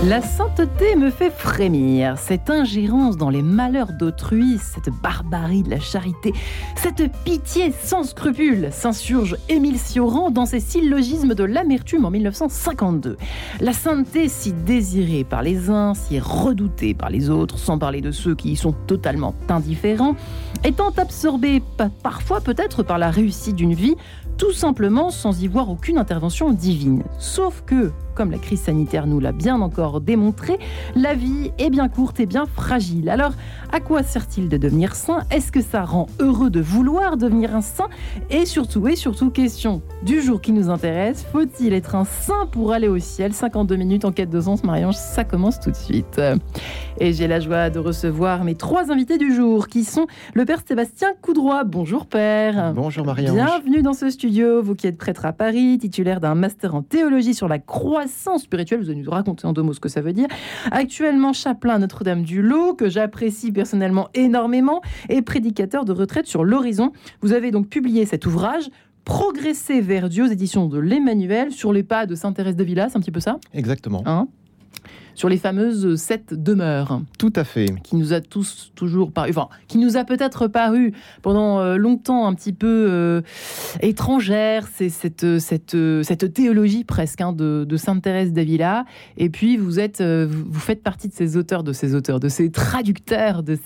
La sainteté me fait frémir, cette ingérence dans les malheurs d'autrui, cette barbarie de la charité, cette pitié sans scrupules, s'insurge Émile Cioran dans ses syllogismes de l'amertume en 1952. La sainteté si désirée par les uns, si redoutée par les autres, sans parler de ceux qui y sont totalement indifférents, étant absorbée parfois peut-être par la réussite d'une vie, tout simplement sans y voir aucune intervention divine. Sauf que, comme la crise sanitaire nous l'a bien encore démontré, la vie est bien courte et bien fragile. Alors, à quoi sert-il de devenir saint ? Est-ce que ça rend heureux de vouloir devenir un saint ? Et surtout, question du jour qui nous intéresse, faut-il être un saint pour aller au ciel ? 52 minutes en quête de sens, Marie-Ange, ça commence tout de suite. Et j'ai la joie de recevoir mes 3 invités du jour, qui sont le père Sébastien Coudroy. Bonjour père. Bonjour Marie-Ange. Bienvenue dans ce studio, vous qui êtes prêtre à Paris, titulaire d'un master en théologie sur la croissance spirituelle, vous allez nous raconter en 2 mots ce que ça veut dire. Actuellement chapelain à Notre-Dame-du-Lot, que j'apprécie personnellement énormément, et prédicateur de retraite sur l'horizon. Vous avez donc publié cet ouvrage, Progresser vers Dieu, aux éditions de l'Emmanuel, sur les pas de Sainte Thérèse d'Avila, c'est un petit peu ça ? Exactement. Sur les fameuses 7 demeures. Tout à fait. Qui nous a tous toujours paru, enfin, qui nous a peut-être paru pendant longtemps un petit peu étrangère, c'est cette théologie presque de Sainte Thérèse d'Avila. Et puis vous faites partie de ces auteurs, de ces traducteurs, de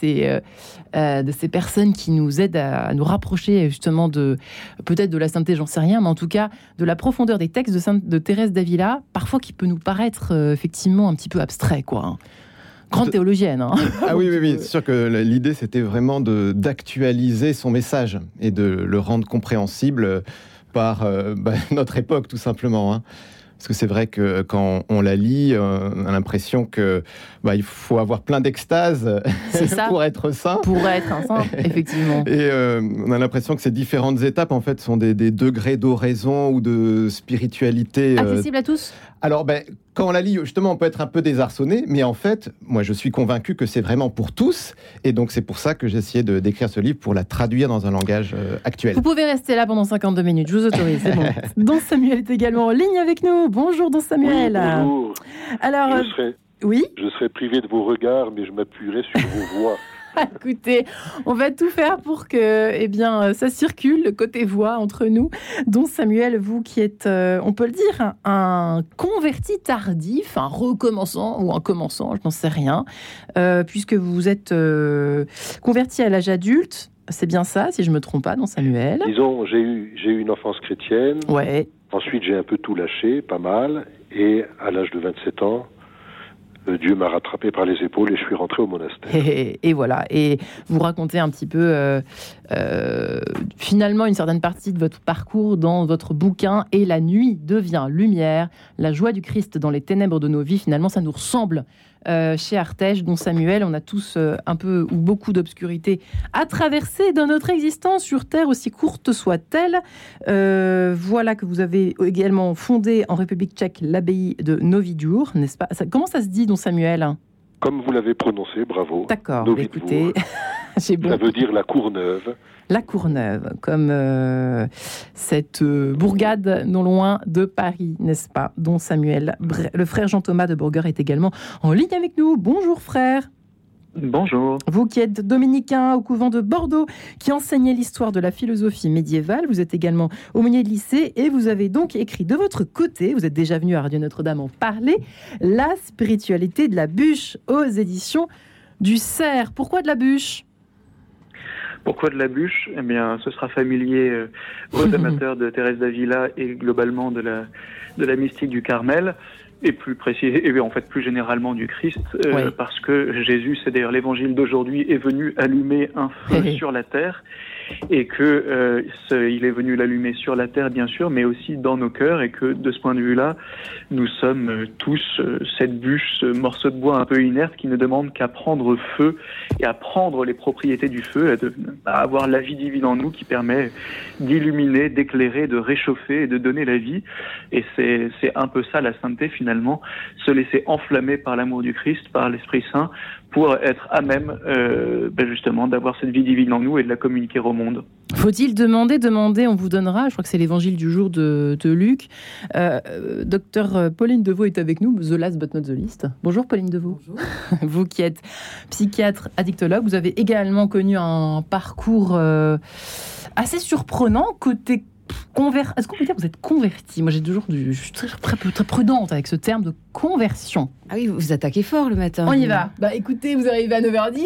ces personnes qui nous aident à nous rapprocher justement peut-être de la sainteté, j'en sais rien, mais en tout cas de la profondeur des textes de Thérèse d'Avila, parfois qui peut nous paraître effectivement un petit peu abstrait, quoi. Grande théologienne. Ah oui, c'est sûr que l'idée, c'était vraiment d'actualiser son message et de le rendre compréhensible par notre époque, tout simplement. Parce que c'est vrai que quand on la lit, on a l'impression que il faut avoir plein d'extase pour être saint. Pour être un saint, effectivement. Et on a l'impression que ces différentes étapes, en fait, sont des degrés d'oraison ou de spiritualité. Accessible à tous ? Alors, quand on la lit, justement, on peut être un peu désarçonné, mais en fait, moi, je suis convaincu que c'est vraiment pour tous. Et donc, c'est pour ça que j'ai essayé d'écrire ce livre, pour la traduire dans un langage actuel. Vous pouvez rester là pendant 52 minutes, je vous autorise, c'est bon. Don Samuel est également en ligne avec nous. Bonjour, Don Samuel. Oui, bonjour. Alors, je serai privé de vos regards, mais je m'appuierai sur vos voix. Écoutez, on va tout faire pour que ça circule, le côté voix entre nous. Don Samuel, vous qui êtes, on peut le dire, un converti tardif, un recommençant ou un commençant, je n'en sais rien, puisque vous vous êtes converti à l'âge adulte. C'est bien ça, si je ne me trompe pas, Don Samuel. Disons, j'ai eu une enfance chrétienne. Ouais. Ensuite, j'ai un peu tout lâché, pas mal. Et à l'âge de 27 ans, Dieu m'a rattrapé par les épaules et je suis rentré au monastère. Et voilà. Et vous racontez un petit peu, finalement, une certaine partie de votre parcours dans votre bouquin. Et la nuit devient lumière, la joie du Christ dans les ténèbres de nos vies. Finalement, ça nous ressemble. Chez Artege, Don Samuel, on a tous un peu ou beaucoup d'obscurité à traverser dans notre existence sur Terre, aussi courte soit-elle. Voilà que vous avez également fondé en République tchèque l'abbaye de Nový Dvůr, n'est-ce pas ? Comment ça se dit, Don Samuel ? Comme vous l'avez prononcé, bravo. D'accord, Nový écoutez, c'est bon. Ça veut dire la Courneuve. La Courneuve, comme cette bourgade non loin de Paris, n'est-ce pas ? Don Samuel, le frère Jean-Thomas de Burger est également en ligne avec nous. Bonjour frère. Bonjour. Vous qui êtes dominicain au couvent de Bordeaux, qui enseignez l'histoire de la philosophie médiévale, vous êtes également aumônier de lycée et vous avez donc écrit de votre côté, vous êtes déjà venu à Radio Notre-Dame en parler, La spiritualité de la bûche aux éditions du Cerf. Pourquoi de la bûche ? Pourquoi de la bûche ? Eh bien, ce sera familier aux amateurs de Thérèse d'Avila et globalement de la mystique du Carmel, et plus précis, et en fait plus généralement du Christ, parce que Jésus, c'est d'ailleurs l'évangile d'aujourd'hui, est venu allumer un feu sur la terre, et que il est venu l'allumer sur la terre, bien sûr, mais aussi dans nos cœurs, et que de ce point de vue-là, nous sommes tous cette bûche, ce morceau de bois un peu inerte qui ne demande qu'à prendre feu et à prendre les propriétés du feu, à avoir la vie divine en nous qui permet d'illuminer, d'éclairer, de réchauffer et de donner la vie. Et c'est un peu ça la sainteté finalement, se laisser enflammer par l'amour du Christ, par l'Esprit Saint, pour être à même justement d'avoir cette vie divine en nous et de la communiquer au monde. Faut-il demander, on vous donnera. Je crois que c'est l'évangile du jour de Luc. Docteur Pauline Deveau est avec nous, the last but not the least. Bonjour Pauline Deveau. Bonjour. Vous qui êtes psychiatre addictologue, vous avez également connu un parcours assez surprenant côté Est-ce qu'on peut dire que vous êtes converti ? Moi, je suis très prudente avec ce terme de conversion. Ah oui, vous attaquez fort le matin. On y va. Bah écoutez, vous arrivez à 9h10.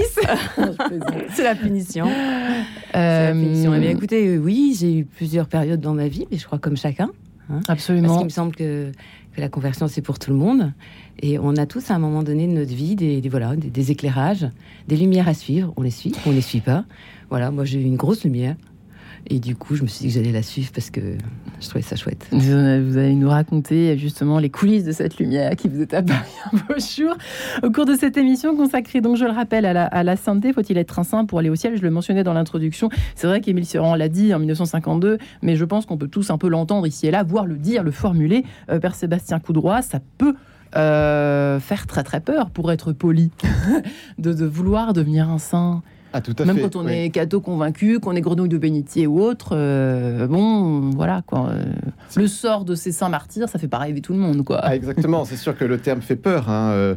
C'est la punition. C'est la punition. Eh bien, écoutez, oui, j'ai eu plusieurs périodes dans ma vie, mais je crois comme chacun. Absolument. Parce qu'il me semble que la conversion, c'est pour tout le monde. Et on a tous, à un moment donné de notre vie, des éclairages, des lumières à suivre. On les suit, on les suit pas. Voilà, moi, j'ai eu une grosse lumière. Et du coup, je me suis dit que j'allais la suivre parce que je trouvais ça chouette. Vous allez nous raconter justement les coulisses de cette lumière qui vous est apparue un beau jour au cours de cette émission consacrée, donc je le rappelle, à la sainteté. Faut-il être un saint pour aller au ciel ? Je le mentionnais dans l'introduction. C'est vrai qu'Émile Cioran l'a dit en 1952, mais je pense qu'on peut tous un peu l'entendre ici et là, voire le dire, le formuler. Père Sébastien Coudroy, ça peut faire très très peur, pour être poli, de vouloir devenir un saint. Ah, tout à Même fait, quand on est catho convaincu, qu'on est grenouille de bénitier ou autre, voilà quoi. Le sort de ces saints martyrs, ça fait pas rêver tout le monde, quoi. Ah, exactement, c'est sûr que le terme fait peur.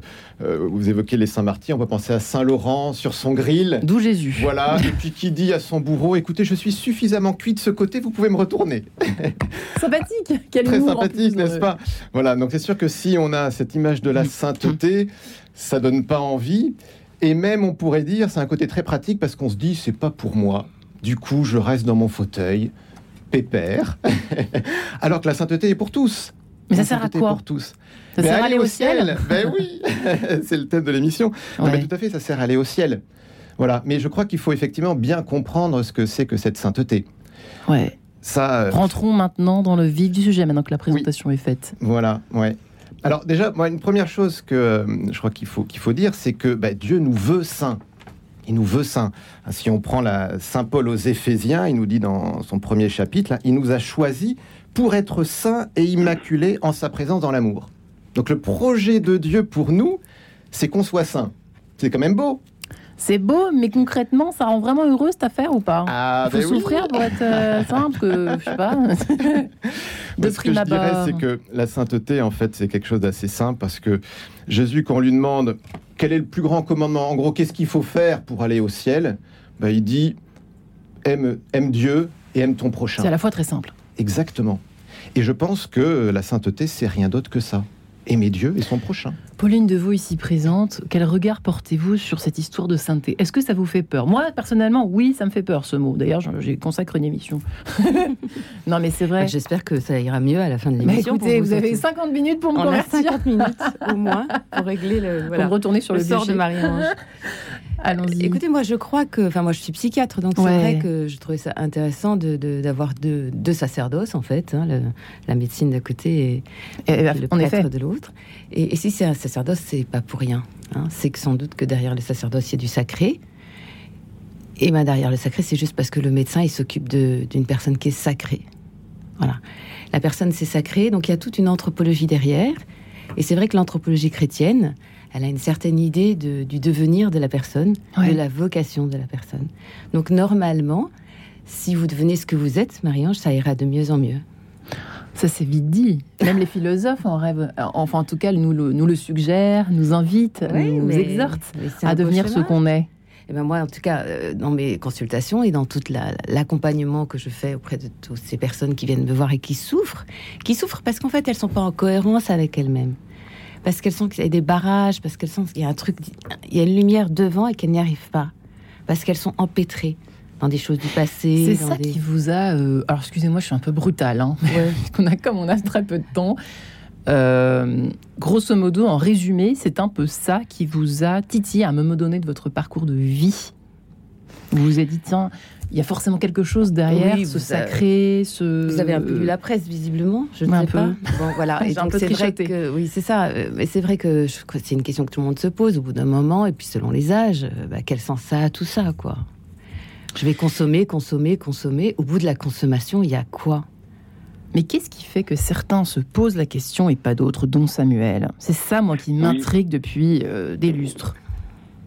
Vous évoquez les saints martyrs, on va penser à Saint Laurent sur son grill. D'où Jésus. Voilà, et puis qui dit à son bourreau, écoutez, je suis suffisamment cuit de ce côté, vous pouvez me retourner. Sympathique, quel Très humour, sympathique, en plus, n'est-ce pas ? Voilà, donc c'est sûr que si on a cette image de la sainteté, ça donne pas envie. Et même, on pourrait dire, c'est un côté très pratique parce qu'on se dit, c'est pas pour moi. Du coup, je reste dans mon fauteuil, pépère. Alors que la sainteté est pour tous. Mais ça sert à quoi ? Pour tous. Ça sert à aller au ciel. Ben oui, c'est le thème de l'émission. Ouais. Non, mais tout à fait, ça sert à aller au ciel. Voilà. Mais je crois qu'il faut effectivement bien comprendre ce que c'est que cette sainteté. Ouais. Ça. Rentrons maintenant dans le vif du sujet, maintenant que la présentation est faite. Voilà, ouais. Alors déjà, moi, une première chose que je crois qu'il faut dire, c'est que Dieu nous veut saints. Il nous veut saints. Si on prend Saint Paul aux Éphésiens, il nous dit dans son premier chapitre, là, il nous a choisis pour être saints et immaculés en sa présence dans l'amour. Donc le projet de Dieu pour nous, c'est qu'on soit saints. C'est quand même beau. C'est beau, mais concrètement, ça rend vraiment heureux cette affaire ou pas ? Il faut souffrir pour être saint, parce que, je sais pas... Ce que je dirais, c'est que la sainteté, en fait, c'est quelque chose d'assez simple, parce que Jésus, quand on lui demande quel est le plus grand commandement, en gros, qu'est-ce qu'il faut faire pour aller au ciel, il dit aime Dieu et aime ton prochain. C'est à la fois très simple. Exactement. Et je pense que la sainteté, c'est rien d'autre que ça. Aimer Dieu et son prochain. Pauline Deveau, ici présente, quel regard portez-vous sur cette histoire de sainteté ? Est-ce que ça vous fait peur ? Moi, personnellement, oui, ça me fait peur, ce mot. D'ailleurs, j'ai consacré une émission. Non, mais c'est vrai. J'espère que ça ira mieux à la fin de l'émission. Écoutez, vous avez 50 minutes pour me convertir. 50 minutes, au moins, pour régler pour me retourner sur le sort de Marie-Ange. Allons-y. Écoutez, moi, je crois que... Moi, je suis psychiatre, donc c'est vrai que je trouvais ça intéressant d'avoir deux sacerdoces, en fait. La médecine d'un côté et le prêtre de l'autre. Et si c'est un sacerdoce, c'est pas pour rien. C'est que sans doute que derrière le sacerdoce, il y a du sacré. Et derrière le sacré, c'est juste parce que le médecin, il s'occupe d'une personne qui est sacrée. Voilà. La personne, c'est sacré, donc il y a toute une anthropologie derrière. Et c'est vrai que l'anthropologie chrétienne, elle a une certaine idée du devenir de la personne, de la vocation de la personne. Donc normalement, si vous devenez ce que vous êtes, Marie-Ange, ça ira de mieux en mieux. Ça, c'est vite dit. Même les philosophes en rêvent. Enfin, en tout cas, nous le suggèrent, nous invitent, nous exhortent à devenir ce qu'on est. Et moi, en tout cas, dans mes consultations et dans tout l'accompagnement que je fais auprès de toutes ces personnes qui viennent me voir et qui souffrent parce qu'en fait, elles sont pas en cohérence avec elles-mêmes. Parce qu'elles sentent qu'il y a des barrages, parce qu'elles sentent qu'il y a un truc, il y a une lumière devant et qu'elles n'y arrivent pas. Parce qu'elles sont empêtrées dans des choses du passé. C'est ça qui vous a... Alors, excusez-moi, je suis un peu brutale, comme on a très peu de temps. Grosso modo, en résumé, c'est un peu ça qui vous a titillé à un moment donné de votre parcours de vie. Vous vous êtes dit, tiens, il y a forcément quelque chose derrière, ce sacré, Vous avez un peu lu la presse, visiblement, je ne sais pas. Bon, voilà. Et donc, c'est vrai que... Oui, c'est ça. Mais c'est vrai que c'est une question que tout le monde se pose au bout d'un moment. Et puis, selon les âges, quel sens ça a, tout ça, quoi. Je vais consommer. Au bout de la consommation, il y a quoi ? Mais qu'est-ce qui fait que certains se posent la question et pas d'autres, dont Samuel ? C'est ça, moi, qui m'intrigue depuis des lustres.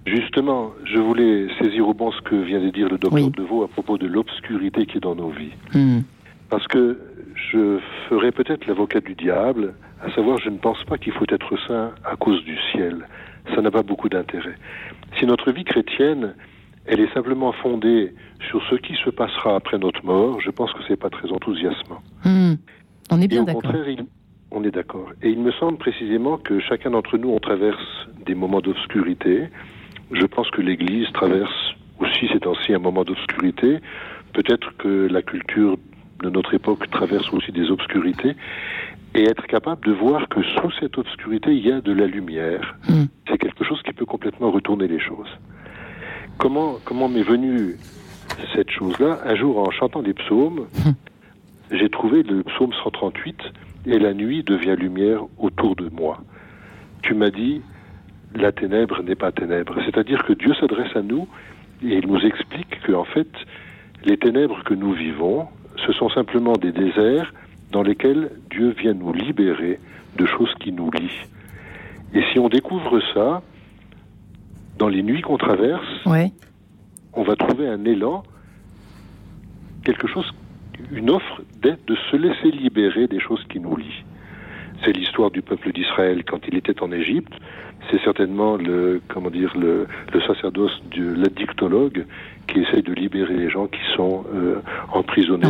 Justement, je voulais saisir au bon ce que vient de dire le docteur Deveau à propos de l'obscurité qui est dans nos vies. Parce que je ferai peut-être l'avocat du diable, à savoir, je ne pense pas qu'il faut être saint à cause du ciel. Ça n'a pas beaucoup d'intérêt. Si notre vie chrétienne, elle est simplement fondée sur ce qui se passera après notre mort, je pense que c'est pas très enthousiasmant. On est bien d'accord. Au contraire, on est d'accord. Et il me semble précisément que chacun d'entre nous, on traverse des moments d'obscurité. Je pense que l'Église traverse aussi ces temps-ci un moment d'obscurité. Peut-être que la culture de notre époque traverse aussi des obscurités. Et être capable de voir que sous cette obscurité, il y a de la lumière. C'est quelque chose qui peut complètement retourner les choses. Comment m'est venue cette chose-là? Un jour, en chantant des psaumes, j'ai trouvé le psaume 138, « Et la nuit devient lumière autour de moi. Tu m'as dit, la ténèbre n'est pas ténèbre. » C'est-à-dire que Dieu s'adresse à nous et il nous explique que, en fait, les ténèbres que nous vivons, ce sont simplement des déserts dans lesquels Dieu vient nous libérer de choses qui nous lient. Et si on découvre ça, dans les nuits qu'on traverse, on va trouver un élan, quelque chose, une offre de se laisser libérer des choses qui nous lient. C'est l'histoire du peuple d'Israël quand il était en Égypte. C'est certainement le sacerdoce de l'addictologue qui essaye de libérer les gens qui sont emprisonnés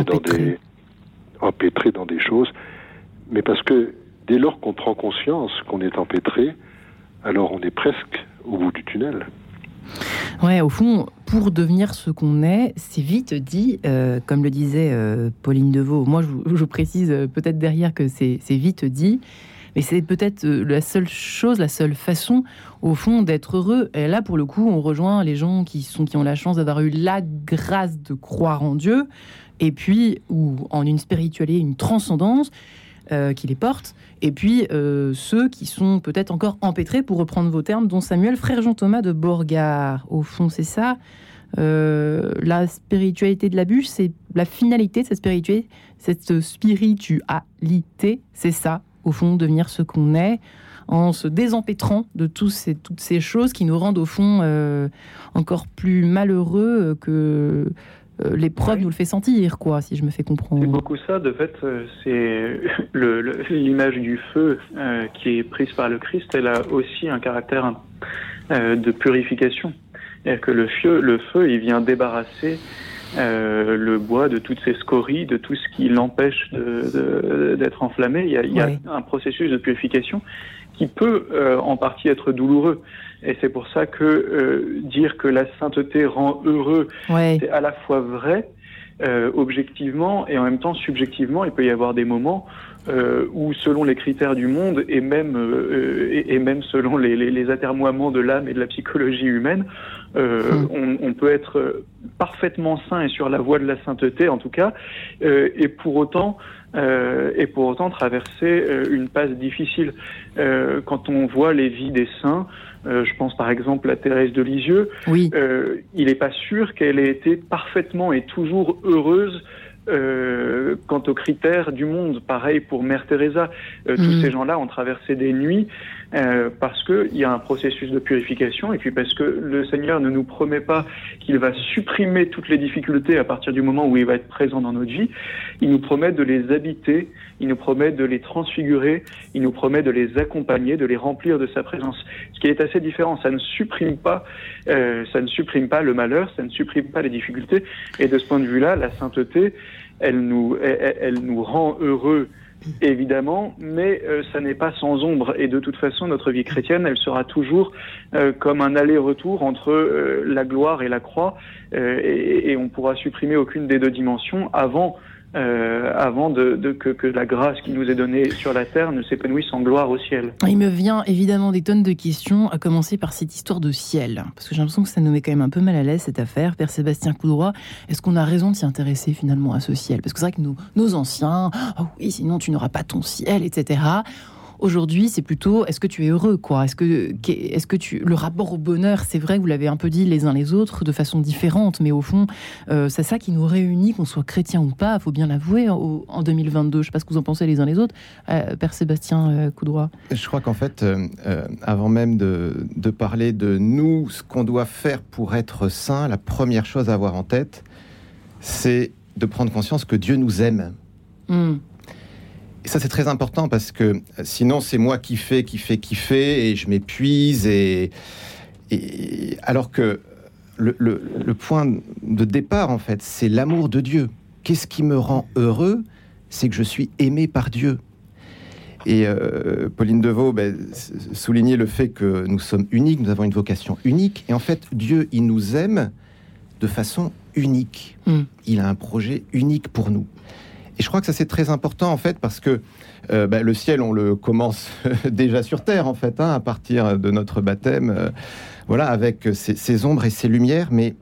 empêtrés dans des choses. Mais parce que dès lors qu'on prend conscience qu'on est empêtré, alors on est presque au bout du tunnel. Ouais, au fond, pour devenir ce qu'on est, c'est vite dit, comme le disait Pauline Deveau. Moi, je précise peut-être derrière que c'est vite dit, mais c'est peut-être la seule chose, la seule façon, au fond, d'être heureux. Et là, pour le coup, on rejoint les gens qui ont la chance d'avoir eu la grâce de croire en Dieu, et puis, ou en une spiritualité, une transcendance qui les porte, et puis ceux qui sont peut-être encore empêtrés, pour reprendre vos termes, dont Samuel, frère Jean-Thomas de Borgard. Au fond, c'est ça. La spiritualité de la bûche, c'est la finalité de cette spiritualité, c'est ça, au fond, devenir ce qu'on est, en se désempêtrant de toutes ces choses qui nous rendent, au fond, encore plus malheureux que l'épreuve nous le fait sentir, quoi, si je me fais comprendre. C'est beaucoup ça, de fait, c'est l'image du feu qui est prise par le Christ, elle a aussi un caractère de purification. C'est-à-dire que le feu, il vient débarrasser le bois de toutes ses scories, de tout ce qui l'empêche d'être enflammé. Il y a un processus de purification qui peut en partie être douloureux. Et c'est pour ça que dire que la sainteté rend heureux, c'est à la fois vrai, objectivement, et en même temps subjectivement. Il peut y avoir des moments où, selon les critères du monde, et même selon les atermoiements de l'âme et de la psychologie humaine, on peut être parfaitement saint et sur la voie de la sainteté, en tout cas, et pour autant traverser une passe difficile. Quand on voit les vies des saints, je pense par exemple à Thérèse de Lisieux, il n'est pas sûr qu'elle ait été parfaitement et toujours heureuse quant aux critères du monde. Pareil pour Mère Teresa. Tous ces gens-là ont traversé des nuits parce qu'il y a un processus de purification, et puis parce que le Seigneur ne nous promet pas qu'il va supprimer toutes les difficultés à partir du moment où il va être présent dans notre vie. Il nous promet de les habiter, il nous promet de les transfigurer, il nous promet de les accompagner, de les remplir de sa présence. Ce qui est assez différent, ça ne supprime pas le malheur, ça ne supprime pas les difficultés, et de ce point de vue-là, la sainteté, elle nous rend heureux, évidemment, mais ça n'est pas sans ombre. Et de toute façon, notre vie chrétienne, elle sera toujours comme un aller-retour entre la gloire et la croix, et on pourra supprimer aucune des deux dimensions avant que la grâce qui nous est donnée sur la terre ne s'épanouisse en gloire au ciel. Il me vient évidemment des tonnes de questions, à commencer par cette histoire de ciel, parce que j'ai l'impression que ça nous met quand même un peu mal à l'aise, cette affaire. Père Sébastien Coudroy, est-ce qu'on a raison de s'y intéresser finalement à ce ciel? Parce que c'est vrai que nos anciens, oh oui, sinon tu n'auras pas ton ciel, etc. Aujourd'hui, c'est plutôt est-ce que tu es heureux, quoi ? Est-ce que le rapport au bonheur, c'est vrai, vous l'avez un peu dit les uns les autres de façon différente, mais au fond, c'est ça qui nous réunit, qu'on soit chrétien ou pas, il faut bien l'avouer, en 2022. Je ne sais pas ce que vous en pensez les uns les autres. Père Sébastien Coudroy. Je crois qu'en fait, avant même de parler de nous, ce qu'on doit faire pour être saint, la première chose à avoir en tête, c'est de prendre conscience que Dieu nous aime. Et ça, c'est très important parce que sinon, c'est moi qui fais et je m'épuise. Et alors que le point de départ, en fait, c'est l'amour de Dieu. Qu'est-ce qui me rend heureux ? C'est que je suis aimé par Dieu. Et Pauline Deveau soulignait le fait que nous sommes uniques, nous avons une vocation unique. Et en fait, Dieu, il nous aime de façon unique. Il a un projet unique pour nous. Et je crois que ça, c'est très important, en fait, parce que le ciel, on le commence déjà sur terre, en fait, à partir de notre baptême, avec ses ombres et ses lumières. Mais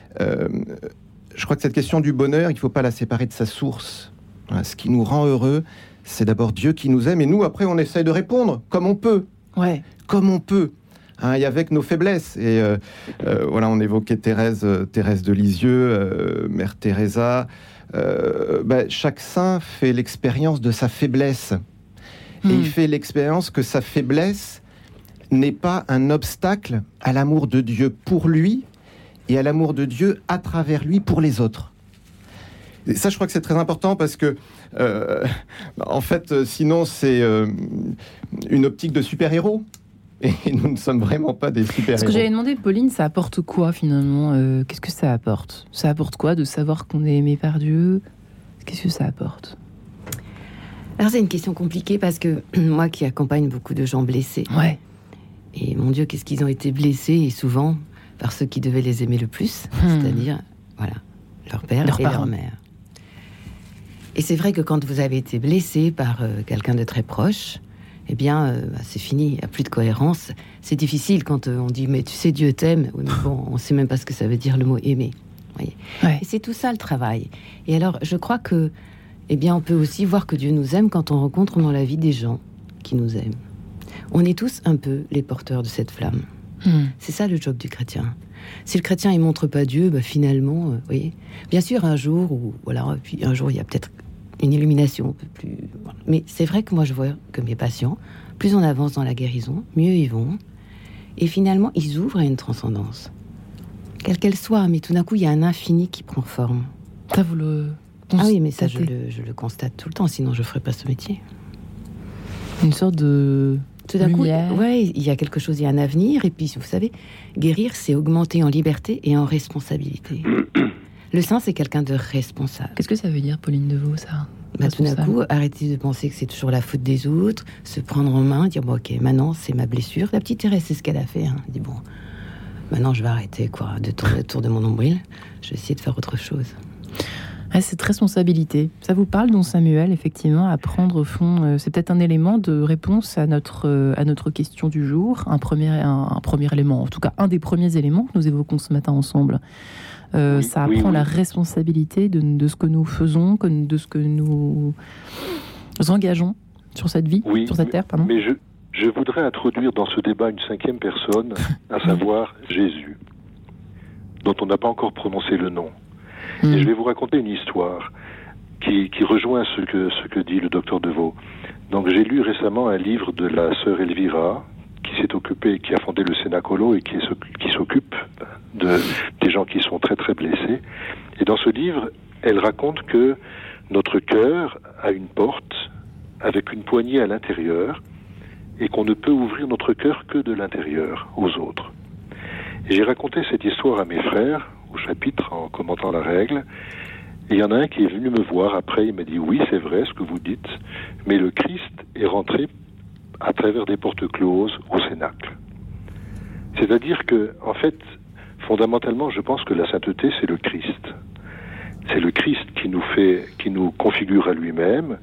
je crois que cette question du bonheur, il ne faut pas la séparer de sa source. Voilà, ce qui nous rend heureux, c'est d'abord Dieu qui nous aime. Et nous, après, on essaye de répondre comme on peut. Comme on peut. Et avec nos faiblesses. Et on évoquait Thérèse de Lisieux, Mère Teresa. Chaque saint fait l'expérience de sa faiblesse. Et il fait l'expérience que sa faiblesse n'est pas un obstacle à l'amour de Dieu pour lui et à l'amour de Dieu à travers lui pour les autres. Et ça, je crois que c'est très important parce que, en fait, sinon, c'est une optique de super-héros. Et nous ne sommes vraiment pas des super-héros. Ce que j'avais demandé, Pauline, ça apporte quoi finalement ? Qu'est-ce que ça apporte ? Ça apporte quoi de savoir qu'on est aimé par Dieu ? Qu'est-ce que ça apporte ? Alors c'est une question compliquée parce que moi qui accompagne beaucoup de gens blessés, et mon Dieu, qu'est-ce qu'ils ont été blessés, et souvent par ceux qui devaient les aimer le plus, c'est-à-dire leur père et leur mère. Et c'est vrai que quand vous avez été blessé par quelqu'un de très proche, c'est fini, il n'y a plus de cohérence. C'est difficile quand on dit « mais tu sais, Dieu t'aime ». Oui, mais bon, on ne sait même pas ce que ça veut dire le mot « aimer ». Et c'est tout ça le travail. Et alors, je crois que, on peut aussi voir que Dieu nous aime quand on rencontre dans la vie des gens qui nous aiment. On est tous un peu les porteurs de cette flamme. C'est ça le job du chrétien. Si le chrétien il montre pas Dieu, finalement, bien sûr un jour puis un jour il y a peut-être une illumination un peu plus. Mais c'est vrai que moi je vois que mes patients, plus on avance dans la guérison, mieux ils vont, et finalement ils ouvrent à une transcendance, quelle qu'elle soit. Mais tout d'un coup il y a un infini qui prend forme. Ça vous le constatez? Ah oui, mais ça je le constate tout le temps, sinon je ferais pas ce métier. Une sorte de tout d'un coup, il y a quelque chose, il y a un avenir. Et puis, vous savez, guérir, c'est augmenter en liberté et en responsabilité. Le saint, c'est quelqu'un de responsable. Qu'est-ce que ça veut dire, Pauline Deveau, ça ? Tout d'un coup, arrêter de penser que c'est toujours la faute des autres, se prendre en main, dire ok, maintenant c'est ma blessure. La petite Thérèse, c'est ce qu'elle a fait. Elle dit maintenant je vais arrêter de tourner autour de mon nombril. Je vais essayer de faire autre chose. Cette responsabilité, ça vous parle, Don Samuel, effectivement, à prendre au fond, c'est peut-être un élément de réponse à notre question du jour, un premier élément, en tout cas un des premiers éléments que nous évoquons ce matin ensemble. Ça apprend la responsabilité de ce que nous faisons, de ce que nous engageons sur cette vie, sur cette terre. Pardon. Mais je voudrais introduire dans ce débat une cinquième personne, à savoir Jésus, dont on n'a pas encore prononcé le nom. Et je vais vous raconter une histoire qui rejoint ce que dit le docteur Deveau. Donc j'ai lu récemment un livre de la sœur Elvira, qui a fondé le Cénacolo et qui s'occupe des gens qui sont très très blessés. Et dans ce livre, elle raconte que notre cœur a une porte avec une poignée à l'intérieur et qu'on ne peut ouvrir notre cœur que de l'intérieur aux autres. Et j'ai raconté cette histoire à mes frères au chapitre en commentant la règle, et il y en a un qui est venu me voir après, il m'a dit oui, c'est vrai ce que vous dites, mais le Christ est rentré à travers des portes closes au Cénacle. C'est-à-dire que, en fait, fondamentalement, je pense que la sainteté, c'est le Christ. C'est le Christ qui nous configure à lui-même,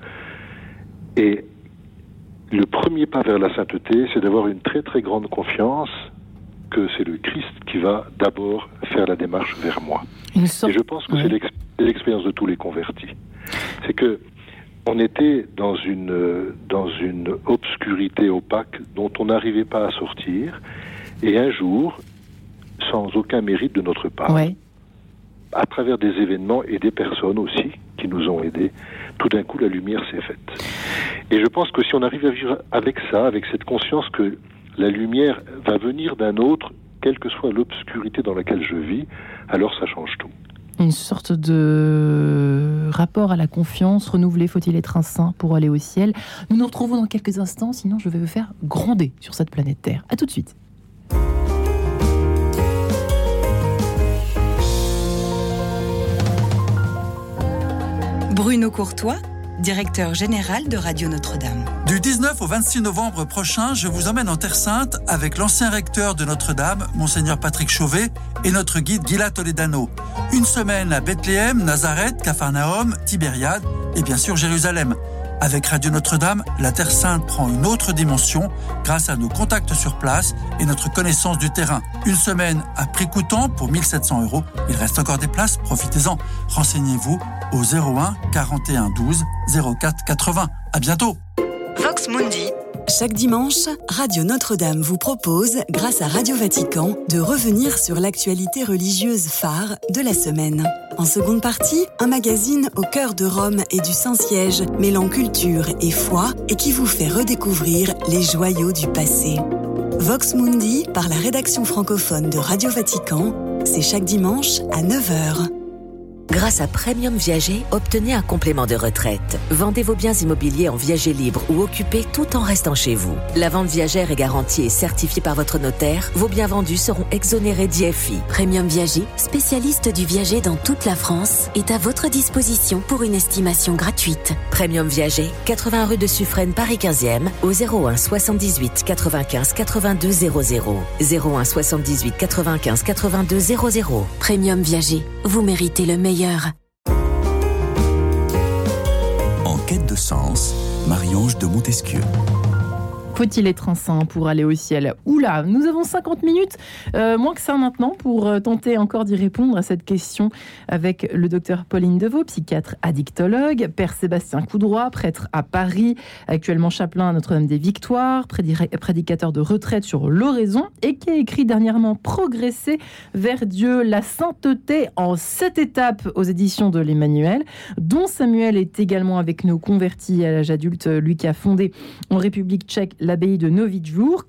et le premier pas vers la sainteté, c'est d'avoir une très très grande confiance que c'est le Christ qui va d'abord faire la démarche vers moi. Et je pense que c'est l'expérience de tous les convertis. C'est que on était dans une obscurité opaque dont on n'arrivait pas à sortir. Et un jour, sans aucun mérite de notre part, à travers des événements et des personnes aussi qui nous ont aidés, tout d'un coup la lumière s'est faite. Et je pense que si on arrive à vivre avec ça, avec cette conscience que la lumière va venir d'un autre, quelle que soit l'obscurité dans laquelle je vis, alors ça change tout. Une sorte de rapport à la confiance renouvelée, faut-il être un saint pour aller au ciel. Nous nous retrouvons dans quelques instants, sinon je vais vous faire gronder sur cette planète Terre. À tout de suite. Bruno Courtois, directeur général de Radio Notre-Dame. Du 19 au 26 novembre prochain, je vous emmène en Terre Sainte avec l'ancien recteur de Notre-Dame, Monseigneur Patrick Chauvet, et notre guide Gila Toledano. Une semaine à Bethléem, Nazareth, Capharnaüm, Tibériade et bien sûr Jérusalem. Avec Radio Notre-Dame, la Terre Sainte prend une autre dimension grâce à nos contacts sur place et notre connaissance du terrain. Une semaine à prix coûtant pour 1 700 €. Il reste encore des places, profitez-en. Renseignez-vous au 01 41 12 04 80. À bientôt. Vox Mundi. Chaque dimanche, Radio Notre-Dame vous propose, grâce à Radio Vatican, de revenir sur l'actualité religieuse phare de la semaine. En seconde partie, un magazine au cœur de Rome et du Saint-Siège, mêlant culture et foi, et qui vous fait redécouvrir les joyaux du passé. Vox Mundi, par la rédaction francophone de Radio Vatican, c'est chaque dimanche à 9h. Grâce à Premium Viager, obtenez un complément de retraite. Vendez vos biens immobiliers en viager libre ou occupés tout en restant chez vous. La vente viagère est garantie et certifiée par votre notaire. Vos biens vendus seront exonérés d'IFI. Premium Viager, spécialiste du viager dans toute la France, est à votre disposition pour une estimation gratuite. Premium Viager, 80 rue de Suffren, Paris 15e, au 01 78 95 82 00. 01 78 95 82 00. Premium Viager, vous méritez le meilleur. En quête de sens, Marie-Ange de Montesquieu. Faut-il être un saint pour aller au ciel ? Oula, nous avons 50 minutes, moins que ça maintenant, pour tenter encore d'y répondre à cette question avec le docteur Pauline Deveau, psychiatre addictologue, père Sébastien Coudroy, prêtre à Paris, actuellement chapelain à Notre-Dame-des-Victoires, prédicateur de retraite sur l'oraison et qui a écrit dernièrement Progresser vers Dieu, la sainteté en 7 étapes aux éditions de l'Emmanuel, dont Samuel est également avec nous, converti à l'âge adulte, lui qui a fondé en République tchèque l'abbaye de Novy-Dvour,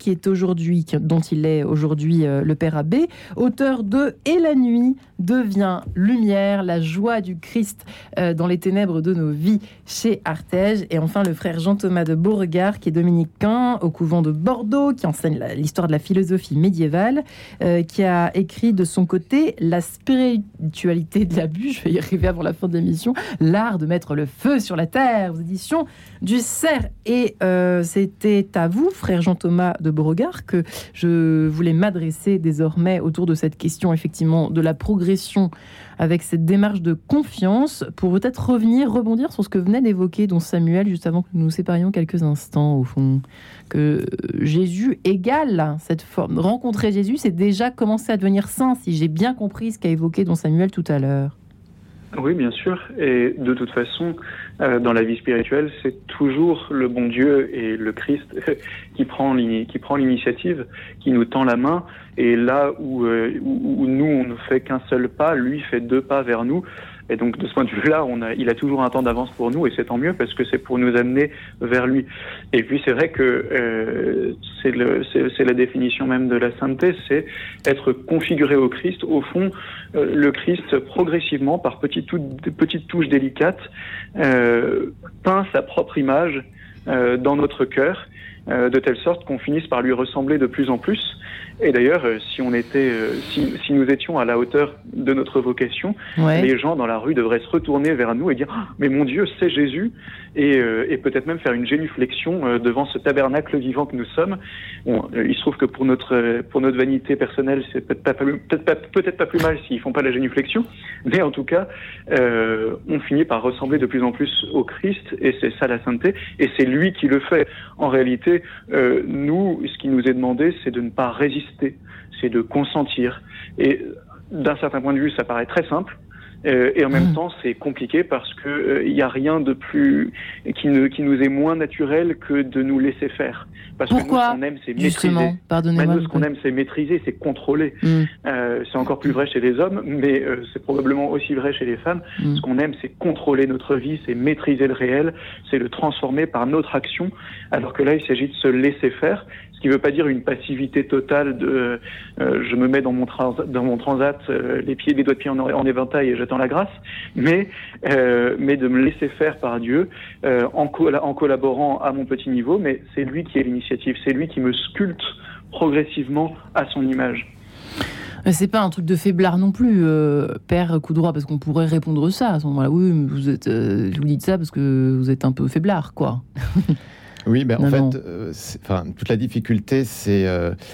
dont il est aujourd'hui le père abbé, auteur de « Et la nuit devient lumière, la joie du Christ dans les ténèbres de nos vies » chez Artege. Et enfin, le frère Jean-Thomas de Beauregard, qui est dominicain au couvent de Bordeaux, qui enseigne l'histoire de la philosophie médiévale, qui a écrit de son côté « La spiritualité de la bûche », je vais y arriver avant la fin de l'émission, « L'art de mettre le feu sur la terre » aux éditions du Cerf. Et c'était à vous, frère Jean-Thomas de Beauregard, que je voulais m'adresser désormais autour de cette question, effectivement, de la progression avec cette démarche de confiance, pour peut-être rebondir sur ce que venait d'évoquer don Samuel, juste avant que nous nous séparions quelques instants, au fond. Que Jésus égale cette forme. Rencontrer Jésus, c'est déjà commencer à devenir saint, si j'ai bien compris ce qu'a évoqué don Samuel tout à l'heure. Oui, bien sûr. Et de toute façon, dans la vie spirituelle, c'est toujours le bon Dieu et le Christ qui prend l'initiative, qui nous tend la main. Et là où nous, on ne fait qu'un seul pas, lui fait 2 pas vers nous. Et donc, de ce point de vue-là, il a toujours un temps d'avance pour nous, et c'est tant mieux parce que c'est pour nous amener vers lui. Et puis, c'est vrai que c'est la définition même de la sainteté, c'est être configuré au Christ. Au fond, le Christ, progressivement, par petites touches délicates, peint sa propre image dans notre cœur, de telle sorte qu'on finisse par lui ressembler de plus en plus. Et d'ailleurs, si nous étions à la hauteur de notre vocation, les gens dans la rue devraient se retourner vers nous et dire « Mais mon Dieu, c'est Jésus !» et peut-être même faire une génuflexion devant ce tabernacle vivant que nous sommes. Bon, il se trouve que pour notre vanité personnelle, c'est peut-être pas plus mal s'ils font pas la génuflexion, mais en tout cas, on finit par ressembler de plus en plus au Christ, et c'est ça la sainteté, et c'est lui qui le fait. En réalité, nous, ce qui nous est demandé, c'est de ne pas résister, c'est de consentir. Et d'un certain point de vue, ça paraît très simple, Et en même temps, c'est compliqué parce que il y a rien de plus qui nous est moins naturel que de nous laisser faire. Parce Pourquoi? Que nous, ce qu'on aime, c'est Justement, maîtriser. pardonnez-moi. Nous, ce qu'on aime, c'est maîtriser, c'est contrôler. C'est encore plus vrai chez les hommes, mais c'est probablement aussi vrai chez les femmes. Ce qu'on aime, c'est contrôler notre vie, c'est maîtriser le réel, c'est le transformer par notre action. Alors que là, il s'agit de se laisser faire. Ce qui ne veut pas dire une passivité totale de je me mets dans mon transat, les doigts de pied en éventail et j'attends la grâce, mais de me laisser faire par Dieu en collaborant à mon petit niveau, mais c'est lui qui est l'initiative, c'est lui qui me sculpte progressivement à son image. C'est pas un truc de faiblard non plus, père coup droit, parce qu'on pourrait répondre ça à ce moment-là. Oui, mais vous dites ça parce que vous êtes un peu faiblard, quoi. Oui, en fait, toute la difficulté, c'est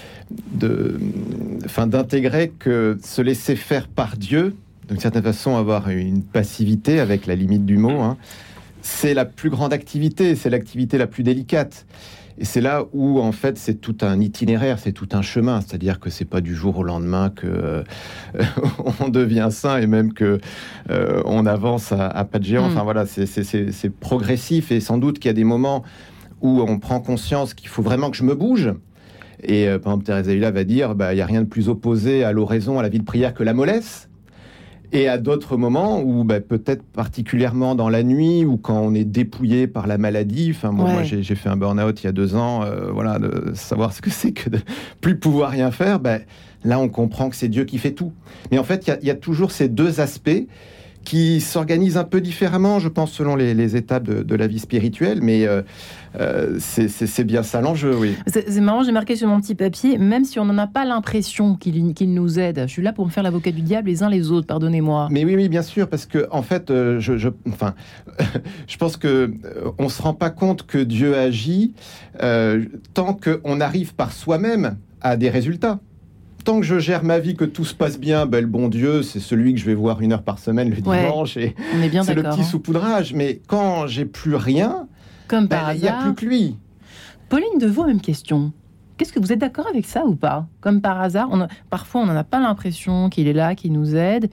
d'intégrer que se laisser faire par Dieu, d'une certaine façon avoir une passivité avec la limite du mot, c'est la plus grande activité, c'est l'activité la plus délicate. Et c'est là où, en fait, c'est tout un itinéraire, c'est tout un chemin. C'est-à-dire que c'est pas du jour au lendemain que on devient saint et même que on avance à pas de géant. Enfin voilà, c'est progressif et sans doute qu'il y a des moments où on prend conscience qu'il faut vraiment que je me bouge. Et par exemple, Thérèse d'Avila va dire, il n'y a rien de plus opposé à l'oraison, à la vie de prière que la mollesse. Et à d'autres moments où peut-être particulièrement dans la nuit ou quand on est dépouillé par la maladie. Moi j'ai fait un burn-out il y a 2 ans. De savoir ce que c'est que de plus pouvoir rien faire. Là on comprend que c'est Dieu qui fait tout. Mais en fait il y a toujours ces deux aspects qui s'organisent un peu différemment, je pense, selon les étapes de la vie spirituelle, mais c'est bien ça l'enjeu, oui. C'est marrant, j'ai marqué sur mon petit papier, même si on n'en a pas l'impression qu'il nous aide, je suis là pour me faire l'avocat du diable les uns les autres, pardonnez-moi. Mais oui, bien sûr, parce que en fait, je pense que on se rend pas compte que Dieu agit tant qu'on arrive par soi-même à des résultats. Tant que je gère ma vie, que tout se passe bien, le bon Dieu, c'est celui que je vais voir 1 heure par semaine le dimanche. Et on est bien c'est d'accord, le petit saupoudrage. Mais quand j'ai plus rien, comme par hasard, il n'y a plus que lui. Pauline Devaux, même question. Qu'est-ce que vous êtes d'accord avec ça ou pas? Comme par hasard, parfois on n'en a pas l'impression qu'il est là, qu'il nous aide.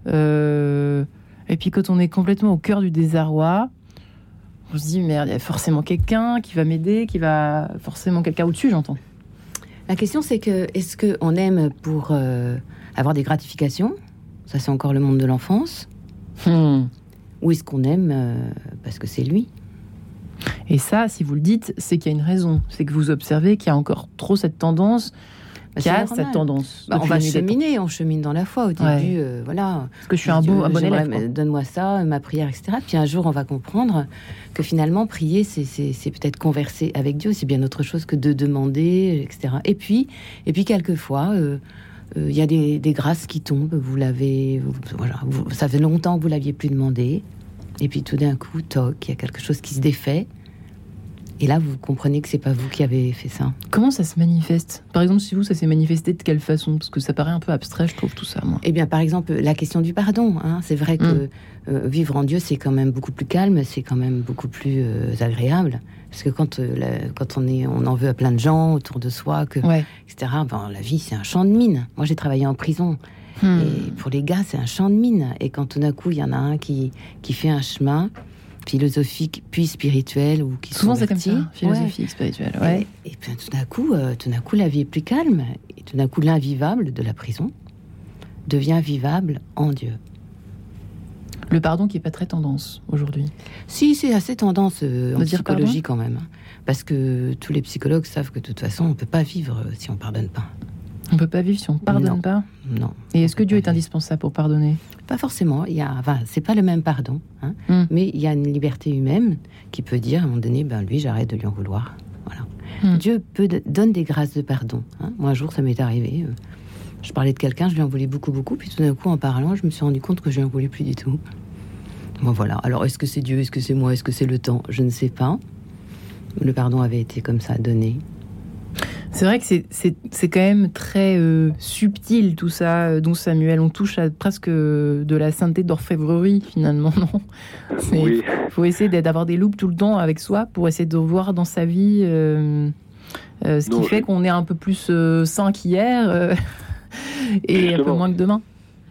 Et puis quand on est complètement au cœur du désarroi, on se dit merde, il y a forcément quelqu'un qui va m'aider, forcément quelqu'un au-dessus, j'entends. La question, c'est que est-ce qu'on aime pour avoir des gratifications? Ça, c'est encore le monde de l'enfance. Ou est-ce qu'on aime parce que c'est lui? Et ça, si vous le dites, c'est qu'il y a une raison. C'est que vous observez qu'il y a encore trop cette tendance. Cette tendance. On va cheminer, on chemine dans la foi au début, voilà. Parce que je suis un bon élève. Donne-moi ça, ma prière, etc. Puis un jour, on va comprendre que finalement, prier, c'est peut-être converser avec Dieu, c'est bien autre chose que de demander, etc. Et puis quelquefois, il y a des grâces qui tombent. Ça fait longtemps que vous l'aviez plus demandé. Et puis tout d'un coup, toc, il y a quelque chose qui se défait. Et là, vous comprenez que c'est pas vous qui avez fait ça. Comment ça se manifeste? Par exemple, si vous, ça s'est manifesté de quelle façon? Parce que ça paraît un peu abstrait, je trouve, tout ça, moi. Eh bien, par exemple, la question du pardon. C'est vrai que vivre en Dieu, c'est quand même beaucoup plus calme, c'est quand même beaucoup plus agréable. Parce que quand on en veut à plein de gens autour de soi, etc., la vie, c'est un champ de mine. Moi, j'ai travaillé en prison. Et pour les gars, c'est un champ de mine. Et quand tout d'un coup, il y en a un qui fait un chemin philosophique puis spirituel ou qui souvent c'est comme ça, philosophique, spirituel. Et puis tout d'un coup, la vie est plus calme. Et tout d'un coup, l'invivable de la prison devient vivable en Dieu. Le pardon qui est pas très tendance aujourd'hui. Si, c'est assez tendance en psychologie quand même, parce que tous les psychologues savent que de toute façon, on peut pas vivre si on pardonne pas. On peut pas vivre si on pardonne pas. Non. Et est-ce que Dieu est indispensable pour pardonner? Pas forcément. C'est pas le même pardon, mais il y a une liberté humaine qui peut dire à un moment donné, lui, j'arrête de lui en vouloir. Voilà. Dieu donne des grâces de pardon. Moi, un jour, ça m'est arrivé. Je parlais de quelqu'un, je lui en voulais beaucoup, puis tout d'un coup, en parlant, je me suis rendu compte que je lui en voulais plus du tout. Bon, voilà. Alors, est-ce que c'est Dieu, est-ce que c'est moi, est-ce que c'est le temps? Je ne sais pas. Le pardon avait été comme ça donné. C'est vrai que c'est quand même très subtil tout ça, dont Samuel. On touche à presque de la sainteté d'orfèvrerie finalement, non? Oui. Faut essayer d'avoir des loupes tout le temps avec soi pour essayer de voir dans sa vie ce qui fait qu'on est un peu plus saint qu'hier et un peu moins que demain.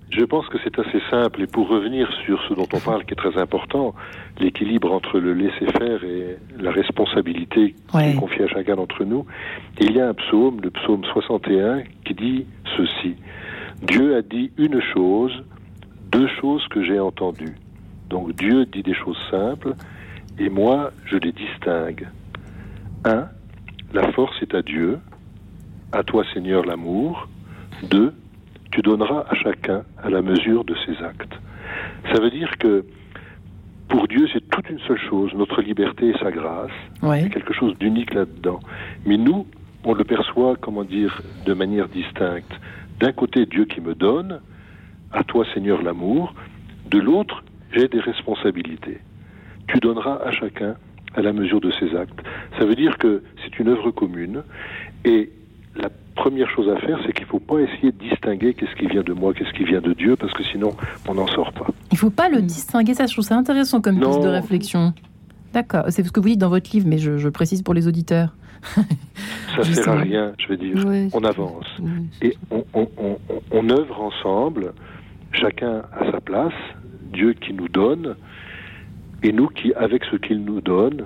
Je pense que c'est assez simple, et pour revenir sur ce dont on parle, qui est très important, l'équilibre entre le laisser-faire et la responsabilité qui est confiée à chacun d'entre nous, il y a un psaume, le psaume 61, qui dit ceci. Dieu a dit une chose, deux choses que j'ai entendues. Donc Dieu dit des choses simples, et moi, je les distingue. 1. La force est à Dieu, à toi Seigneur l'amour. 2. Tu donneras à chacun à la mesure de ses actes. Ça veut dire que pour Dieu, c'est toute une seule chose, notre liberté et sa grâce. Il y a quelque chose d'unique là-dedans. Mais nous, on le perçoit, de manière distincte. D'un côté, Dieu qui me donne, à toi Seigneur l'amour. De l'autre, j'ai des responsabilités. Tu donneras à chacun à la mesure de ses actes. Ça veut dire que c'est une œuvre commune, et la première chose à faire, c'est qu'il ne faut pas essayer de distinguer qu'est-ce qui vient de moi, qu'est-ce qui vient de Dieu, parce que sinon, on n'en sort pas. Il ne faut pas le distinguer, ça, je trouve ça intéressant comme piste de réflexion. D'accord, c'est ce que vous dites dans votre livre, mais je précise pour les auditeurs. Ça ne sert à rien, je veux dire. On avance. Et on œuvre ensemble, chacun à sa place, Dieu qui nous donne, et nous qui, avec ce qu'il nous donne,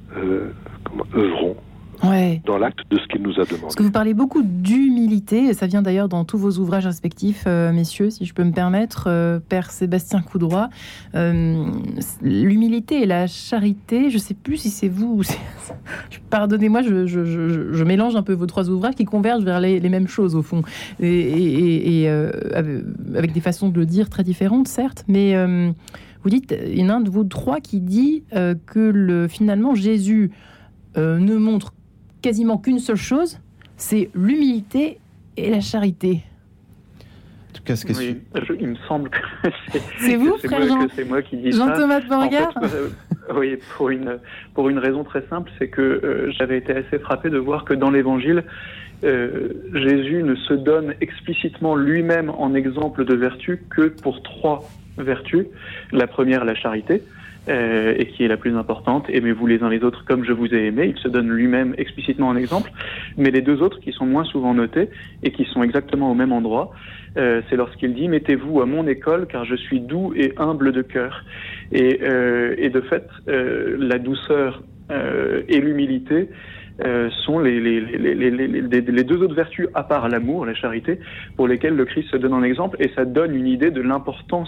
œuvrons dans l'acte de ce qu'il nous a demandé. Parce que vous parlez beaucoup d'humilité, et ça vient d'ailleurs dans tous vos ouvrages respectifs, messieurs, si je peux me permettre, Père Sébastien Coudroy. L'humilité et la charité, je ne sais plus si c'est vous ou pardonnez-moi, je mélange un peu vos trois ouvrages qui convergent vers les mêmes choses, au fond. Et avec des façons de le dire très différentes, certes, mais vous dites, il y en a un de vous trois qui dit que finalement, Jésus ne montre quasiment qu'une seule chose, c'est l'humilité et la charité. En tout cas, il me semble que c'est vous, frère Jean. C'est moi qui dis Jean-Thomas de Beauregard. En fait, oui, pour une raison très simple, c'est que j'avais été assez frappé de voir que dans l'Évangile, Jésus ne se donne explicitement lui-même en exemple de vertu que pour 3 vertus. La première, la charité, et qui est la plus importante. Aimez-vous les uns les autres comme je vous ai aimé. Il se donne lui-même explicitement en exemple. Mais les 2 autres qui sont moins souvent notés et qui sont exactement au même endroit, c'est lorsqu'il dit « Mettez-vous à mon école car je suis doux et humble de cœur ». Et de fait, la douceur et l'humilité sont les 2 autres vertus, à part l'amour, la charité, pour lesquelles le Christ se donne en exemple, et ça donne une idée de l'importance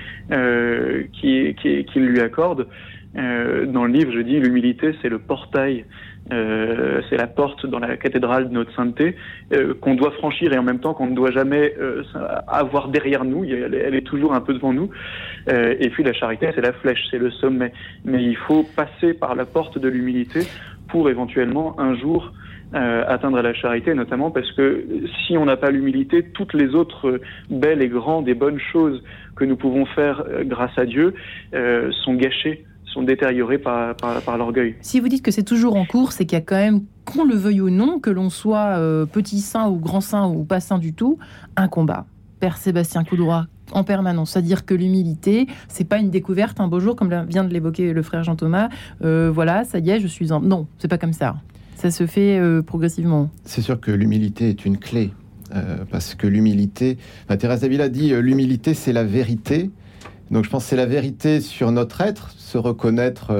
qu'il lui accorde. Dans le livre, je dis l'humilité, c'est le portail, c'est la porte dans la cathédrale de notre sainteté qu'on doit franchir, et en même temps qu'on ne doit jamais avoir derrière nous. Elle est toujours un peu devant nous. Et puis la charité, c'est la flèche, c'est le sommet. Mais il faut passer par la porte de l'humilité pour éventuellement un jour atteindre la charité, notamment parce que si on n'a pas l'humilité, toutes les autres belles et grandes et bonnes choses que nous pouvons faire grâce à Dieu sont gâchées, sont détériorées par l'orgueil. Si vous dites que c'est toujours en cours, c'est qu'il y a quand même, qu'on le veuille ou non, que l'on soit petit saint ou grand saint ou pas saint du tout, un combat. Père Sébastien Coudroy, en permanence. C'est-à-dire que l'humilité, c'est pas une découverte un beau jour, comme vient de l'évoquer le frère Jean-Thomas. Voilà, ça y est, je suis en... Non, c'est pas comme ça. Ça se fait progressivement. C'est sûr que l'humilité est une clé. Parce que l'humilité... Thérèse d'Avila dit l'humilité, c'est la vérité. Donc je pense que c'est la vérité sur notre être, se reconnaître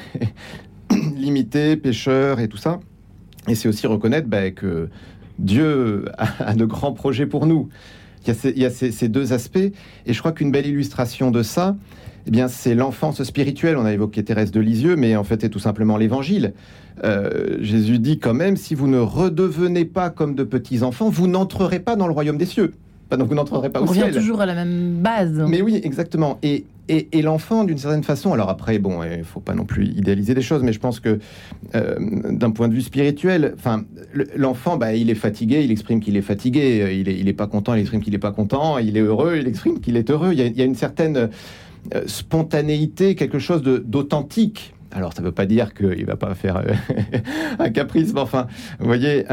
limité, pécheur et tout ça. Et c'est aussi reconnaître que Dieu a de grands projets pour nous. Il y a ces 2 aspects. Et je crois qu'une belle illustration de ça, c'est l'enfance spirituelle. On a évoqué Thérèse de Lisieux, mais en fait, c'est tout simplement l'Évangile. Jésus dit quand même, si vous ne redevenez pas comme de petits enfants, vous n'entrerez pas dans le royaume des cieux. Donc vous n'entrerez pas au ciel. On revient toujours à la même base. Mais oui, exactement. Et l'enfant, d'une certaine façon, alors après, il ne faut pas non plus idéaliser les choses, mais je pense que d'un point de vue spirituel, l'enfant, il est fatigué, il exprime qu'il est fatigué, il est pas content, il exprime qu'il est pas content, il est heureux, il exprime qu'il est heureux. Il y a une certaine spontanéité, quelque chose d'authentique. Alors, ça ne veut pas dire qu'il ne va pas faire un caprice, mais enfin, vous voyez,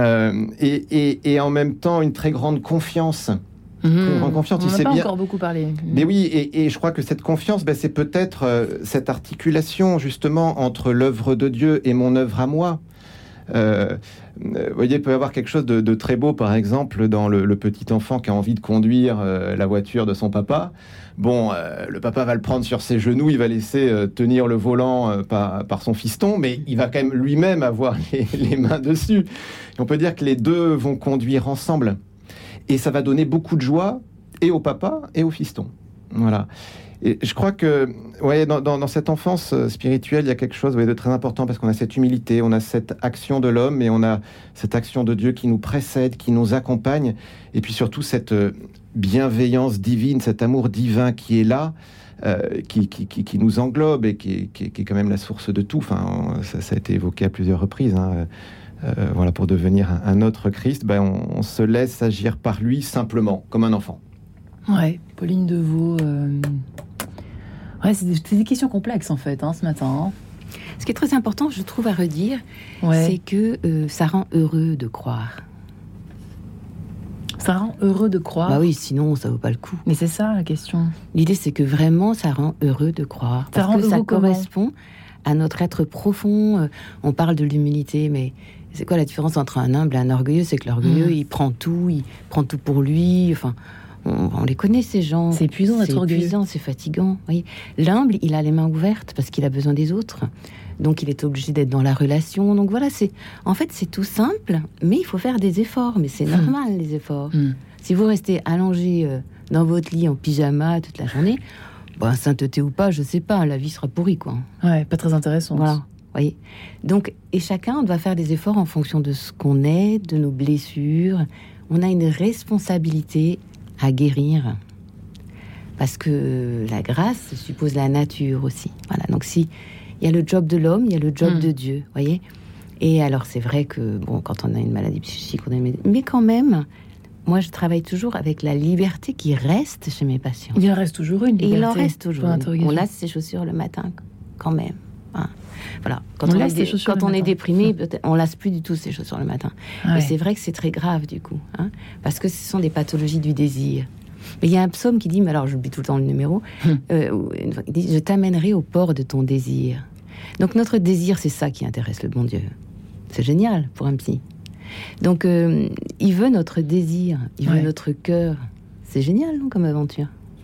et en même temps, une très grande confiance. En confiance, on n'a pas encore beaucoup parlé. Mais oui, et je crois que cette confiance, c'est peut-être cette articulation justement entre l'œuvre de Dieu et mon œuvre à moi. Vous voyez, il peut y avoir quelque chose de très beau, par exemple, dans le petit enfant qui a envie de conduire la voiture de son papa. Bon, le papa va le prendre sur ses genoux, il va laisser tenir le volant par son fiston, mais il va quand même lui-même avoir les mains dessus. Et on peut dire que les deux vont conduire ensemble. Et ça va donner beaucoup de joie et au papa et au fiston. Voilà. Et je crois que dans cette enfance spirituelle, il y a quelque chose de très important parce qu'on a cette humilité, on a cette action de l'homme et on a cette action de Dieu qui nous précède, qui nous accompagne. Et puis surtout cette bienveillance divine, cet amour divin qui est là, qui nous englobe et qui est quand même la source de tout. Enfin, ça a été évoqué à plusieurs reprises. Voilà, pour devenir un autre Christ, on se laisse agir par lui simplement, comme un enfant. Ouais, Pauline Deveau. C'est des questions complexes en fait, ce matin. Ce qui est très important, je trouve, à redire, c'est que ça rend heureux de croire. Ça rend heureux de croire. Bah oui, sinon ça vaut pas le coup. Mais c'est ça la question. L'idée, c'est que vraiment, ça rend heureux de croire. Parce que ça correspond à notre être profond. On parle de l'humilité, mais c'est quoi la différence entre un humble et un orgueilleux? C'est que l'orgueilleux, il prend tout pour lui. Enfin, on les connaît, ces gens. C'est épuisant d'être orgueilleux. C'est épuisant, c'est fatigant. Oui. L'humble, il a les mains ouvertes parce qu'il a besoin des autres. Donc, il est obligé d'être dans la relation. Donc, voilà, en fait, c'est tout simple, mais il faut faire des efforts. Mais c'est normal, les efforts. Si vous restez allongé dans votre lit en pyjama toute la journée, sainteté ou pas, je sais pas, la vie sera pourrie, quoi. Ouais, pas très intéressant. Voilà. Voyez. Donc, et chacun doit faire des efforts en fonction de ce qu'on est, de nos blessures. On a une responsabilité à guérir. Parce que la grâce suppose la nature aussi. Voilà. Donc, il y a le job de l'homme, il y a le job de Dieu, voyez. Et alors, c'est vrai que, quand on a une maladie psychique, mais quand même, moi, je travaille toujours avec la liberté qui reste chez mes patients. Il en reste toujours une liberté. Et il en reste toujours une. On lasse ses chaussures le matin, quand même. Voilà. Quand on est déprimé, on lasse plus du tout ses chaussures le matin. Mais c'est vrai que c'est très grave, du coup. Parce que ce sont des pathologies du désir. Mais il y a un psaume qui dit, mais alors j'oublie tout le temps le numéro, il dit, je t'amènerai au port de ton désir. Donc notre désir, c'est ça qui intéresse le bon Dieu. C'est génial pour un psy. Donc il veut notre désir, il veut notre cœur. C'est génial, non, comme aventure.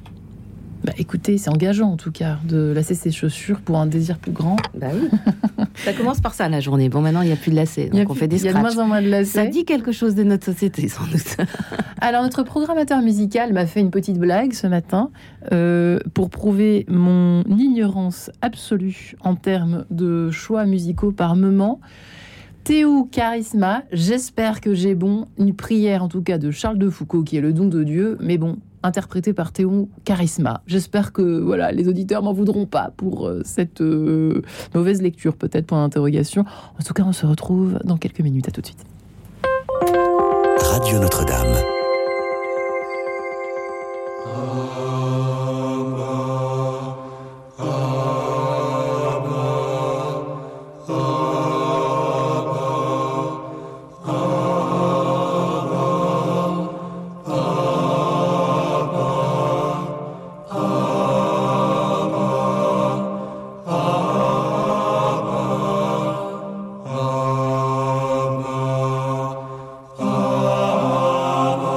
Écoutez, c'est engageant en tout cas de lasser ses chaussures pour un désir plus grand. Bah oui. Ça commence par ça la journée. Bon, maintenant il n'y a plus de lacets, donc on fait des scratchs. Il y a de moins en moins de lacets. Ça dit quelque chose de notre société, sans doute. Alors notre programmateur musical m'a fait une petite blague ce matin pour prouver mon ignorance absolue en termes de choix musicaux par moment. Théo Charisma, j'espère que j'ai bon, une prière en tout cas de Charles de Foucauld qui est le don de Dieu, mais bon, interprété par Théo Charisma. J'espère que les auditeurs m'en voudront pas pour cette mauvaise lecture, peut-être point d'interrogation. En tout cas, on se retrouve dans quelques minutes. À tout de suite. Radio Notre-Dame. Abba,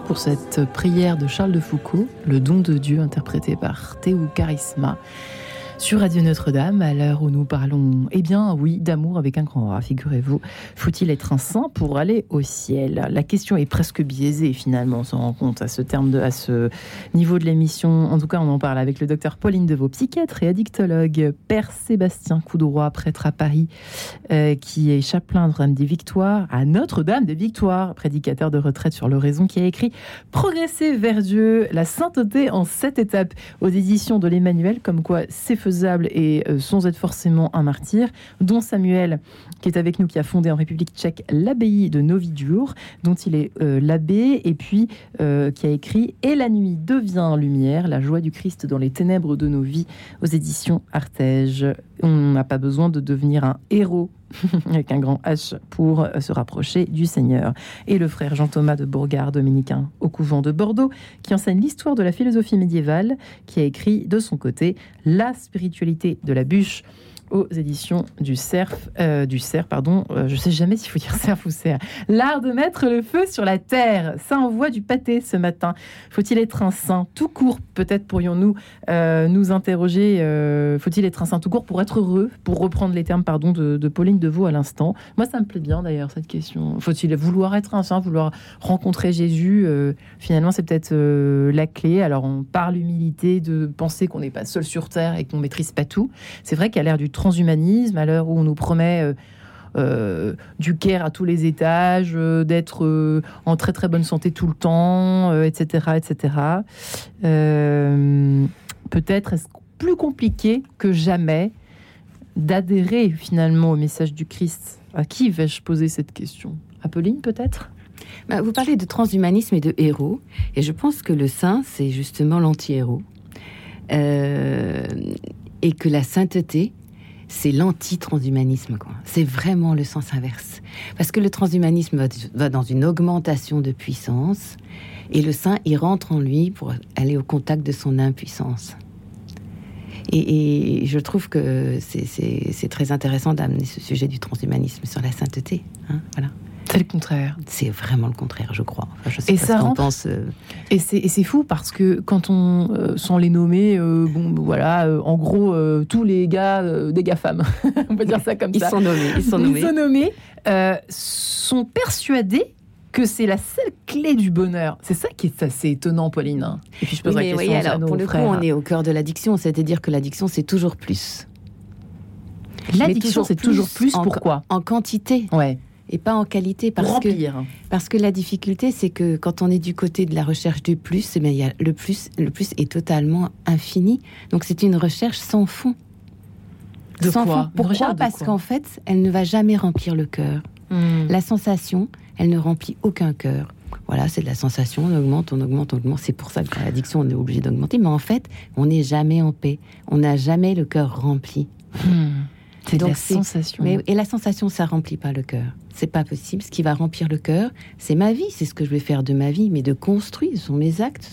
pour cette prière de Charles de Foucault, Le don de Dieu, interprété par Théo Charisma, sur Radio Notre-Dame, à l'heure où nous parlons, d'amour avec un grand A, figurez-vous. Faut-il être un saint pour aller au ciel ? La question est presque biaisée, finalement, on s'en rend compte à ce niveau de l'émission. En tout cas, on en parle avec le docteur Pauline Deveau, psychiatre et addictologue, Père Sébastien Coudroy, prêtre à Paris, qui est chapelain Notre-Dame des Victoires, à Notre-Dame des Victoires, prédicateur de retraite sur l'oraison, qui a écrit « Progresser vers Dieu, la sainteté en 7 étapes » aux éditions de l'Emmanuel, comme quoi c'est faisable et sans être forcément un martyr, dont Samuel, qui est avec nous, qui a fondé en République tchèque l'abbaye de Novi Djur, dont il est l'abbé, et puis qui a écrit « Et la nuit devient lumière, la joie du Christ dans les ténèbres de nos vies » aux éditions Artege. On n'a pas besoin de devenir un héros avec un grand H pour se rapprocher du Seigneur. Et le frère Jean-Thomas de Bourgard, dominicain au couvent de Bordeaux, qui enseigne l'histoire de la philosophie médiévale, qui a écrit de son côté « La spiritualité de la bûche » aux éditions du Cerf, je sais jamais s'il faut dire Cerf ou Cerf. L'art de mettre le feu sur la terre, ça envoie du pâté ce matin. Faut-il être un saint tout court ? Peut-être pourrions-nous nous interroger, faut-il être un saint tout court pour être heureux ? Pour reprendre les termes de Pauline Deveau à l'instant. Moi, ça me plaît bien d'ailleurs cette question. Faut-il vouloir être un saint, vouloir rencontrer Jésus ? Finalement, c'est peut-être la clé. Alors, on parle humilité, de penser qu'on n'est pas seul sur terre et qu'on maîtrise pas tout. C'est vrai qu'à l'ère du transhumanisme, à l'heure où on nous promet du care à tous les étages, d'être en très très bonne santé tout le temps, etc. Peut-être est-ce plus compliqué que jamais d'adhérer finalement au message du Christ. À qui vais-je poser cette question ? À Pauline peut-être ? Vous parlez de transhumanisme et de héros, et je pense que le saint, c'est justement l'anti-héros. Et que la sainteté, c'est l'anti-transhumanisme, quoi. C'est vraiment le sens inverse. Parce que le transhumanisme va dans une augmentation de puissance, et le saint, il rentre en lui pour aller au contact de son impuissance. Et je trouve que c'est très intéressant d'amener ce sujet du transhumanisme sur la sainteté. Voilà. C'est le contraire. C'est vraiment le contraire, je crois. Enfin, je sais et pas ça ce qu'on pense. Et c'est fou parce que quand on, sans les nommer, en gros, tous les gars, des GAFAM, on peut dire ça comme ça. Ils sont nommés. Sont persuadés que c'est la seule clé du bonheur. C'est ça qui est assez étonnant, Pauline. Et puis je pose la question à nos pour le frères. coup, on est au cœur de l'addiction, c'est-à-dire que l'addiction, c'est toujours plus. L'addiction, c'est toujours plus. Pourquoi ? En quantité. Ouais. Et pas en qualité, parce que la difficulté, c'est que quand on est du côté de la recherche du plus, il y a le plus est totalement infini. Donc c'est une recherche sans fond. Sans fond. Pourquoi ? Parce qu'en fait, elle ne va jamais remplir le cœur. La sensation, elle ne remplit aucun cœur. Voilà, c'est de la sensation, on augmente. C'est pour ça que dans l'addiction, on est obligé d'augmenter. Mais en fait, on n'est jamais en paix. On n'a jamais le cœur rempli. C'est donc la sensation. Et la sensation, ça remplit pas le cœur. C'est pas possible. Ce qui va remplir le cœur, c'est ma vie. C'est ce que je vais faire de ma vie, mais de construire. Ce sont mes actes,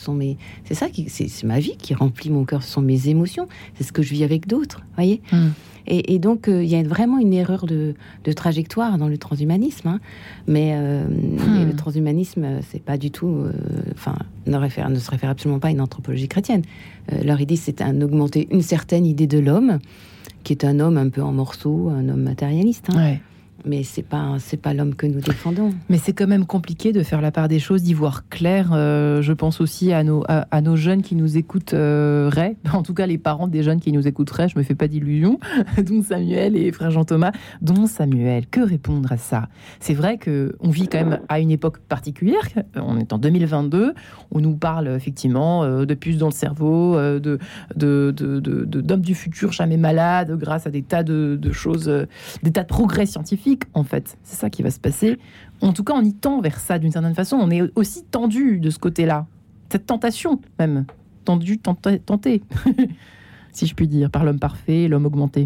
c'est ma vie qui remplit mon cœur. Ce sont mes émotions. C'est ce que je vis avec d'autres. Voyez. Et donc, il y a vraiment une erreur de trajectoire dans le transhumanisme. Mais le transhumanisme, c'est pas du tout... ne se réfère absolument pas à une anthropologie chrétienne. Leur idée, c'est d'augmenter une certaine idée de l'homme, qui est un homme un peu en morceaux, un homme matérialiste. Ouais. Mais c'est pas l'homme que nous défendons. Mais c'est quand même compliqué de faire la part des choses, d'y voir clair. Je pense aussi à nos jeunes qui nous écouteraient, en tout cas les parents des jeunes qui nous écouteraient, je me fais pas d'illusions, dont Samuel et frère Jean-Thomas. Dont Samuel, que répondre à ça ? C'est vrai qu'on vit quand même à une époque particulière, on est en 2022, on nous parle effectivement de puces dans le cerveau, d'hommes du futur jamais malades, grâce à des tas de choses, des tas de progrès scientifiques. En fait, c'est ça qui va se passer. En tout cas, on y tend vers ça d'une certaine façon. On est aussi tendu de ce côté-là. Cette tentation, même. Tenté, si je puis dire, par l'homme parfait, l'homme augmenté.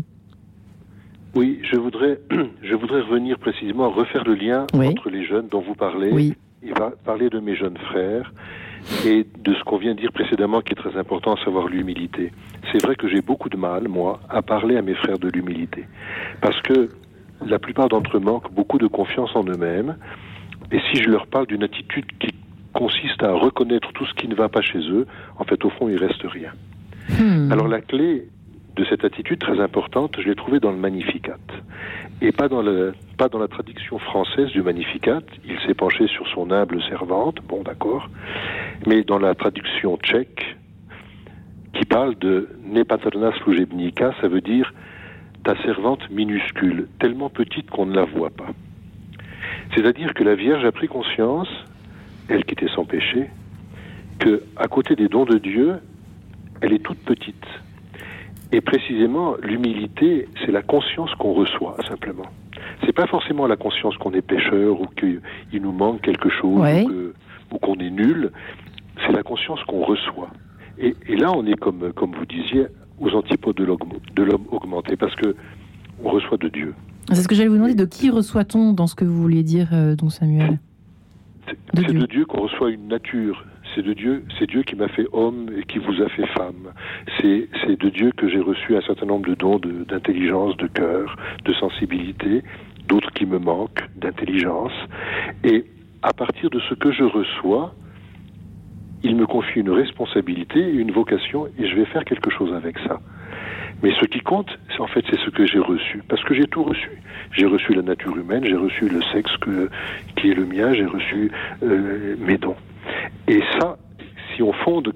Oui, je voudrais revenir précisément, refaire le lien entre les jeunes dont vous parlez. Oui. Il va parler de mes jeunes frères et de ce qu'on vient de dire précédemment, qui est très important, à savoir l'humilité. C'est vrai que j'ai beaucoup de mal, moi, à parler à mes frères de l'humilité. Parce que la plupart d'entre eux manquent beaucoup de confiance en eux-mêmes. Et si je leur parle d'une attitude qui consiste à reconnaître tout ce qui ne va pas chez eux, en fait, au fond, il reste rien. Alors la clé de cette attitude très importante, je l'ai trouvée dans le Magnificat. Et pas dans la traduction française du Magnificat, il s'est penché sur son humble servante, bon d'accord, mais dans la traduction tchèque, qui parle de Ne paterna služebnica, ça veut dire ta servante minuscule, tellement petite qu'on ne la voit pas. C'est-à-dire que la Vierge a pris conscience, elle qui était sans péché, que à côté des dons de Dieu, elle est toute petite. Et précisément, l'humilité, c'est la conscience qu'on reçoit, simplement. C'est pas forcément la conscience qu'on est pécheur ou qu'il nous manque quelque chose ou qu'on est nul. C'est la conscience qu'on reçoit. Et là, on est, comme vous disiez, aux antipodes de l'homme augmenté, parce que on reçoit de Dieu. C'est ce que j'allais vous demander, de qui reçoit-on dans ce que vous vouliez dire, don Samuel ? C'est de Dieu qu'on reçoit une nature. C'est Dieu qui m'a fait homme et qui vous a fait femme. C'est de Dieu que j'ai reçu un certain nombre de dons d'intelligence, de cœur, de sensibilité, d'autres qui me manquent, d'intelligence. Et à partir de ce que je reçois, il me confie une responsabilité, une vocation, et je vais faire quelque chose avec ça. Mais ce qui compte, c'est ce que j'ai reçu. Parce que j'ai tout reçu. J'ai reçu la nature humaine, j'ai reçu le sexe qui est le mien, j'ai reçu mes dons. Et ça, si on fonde,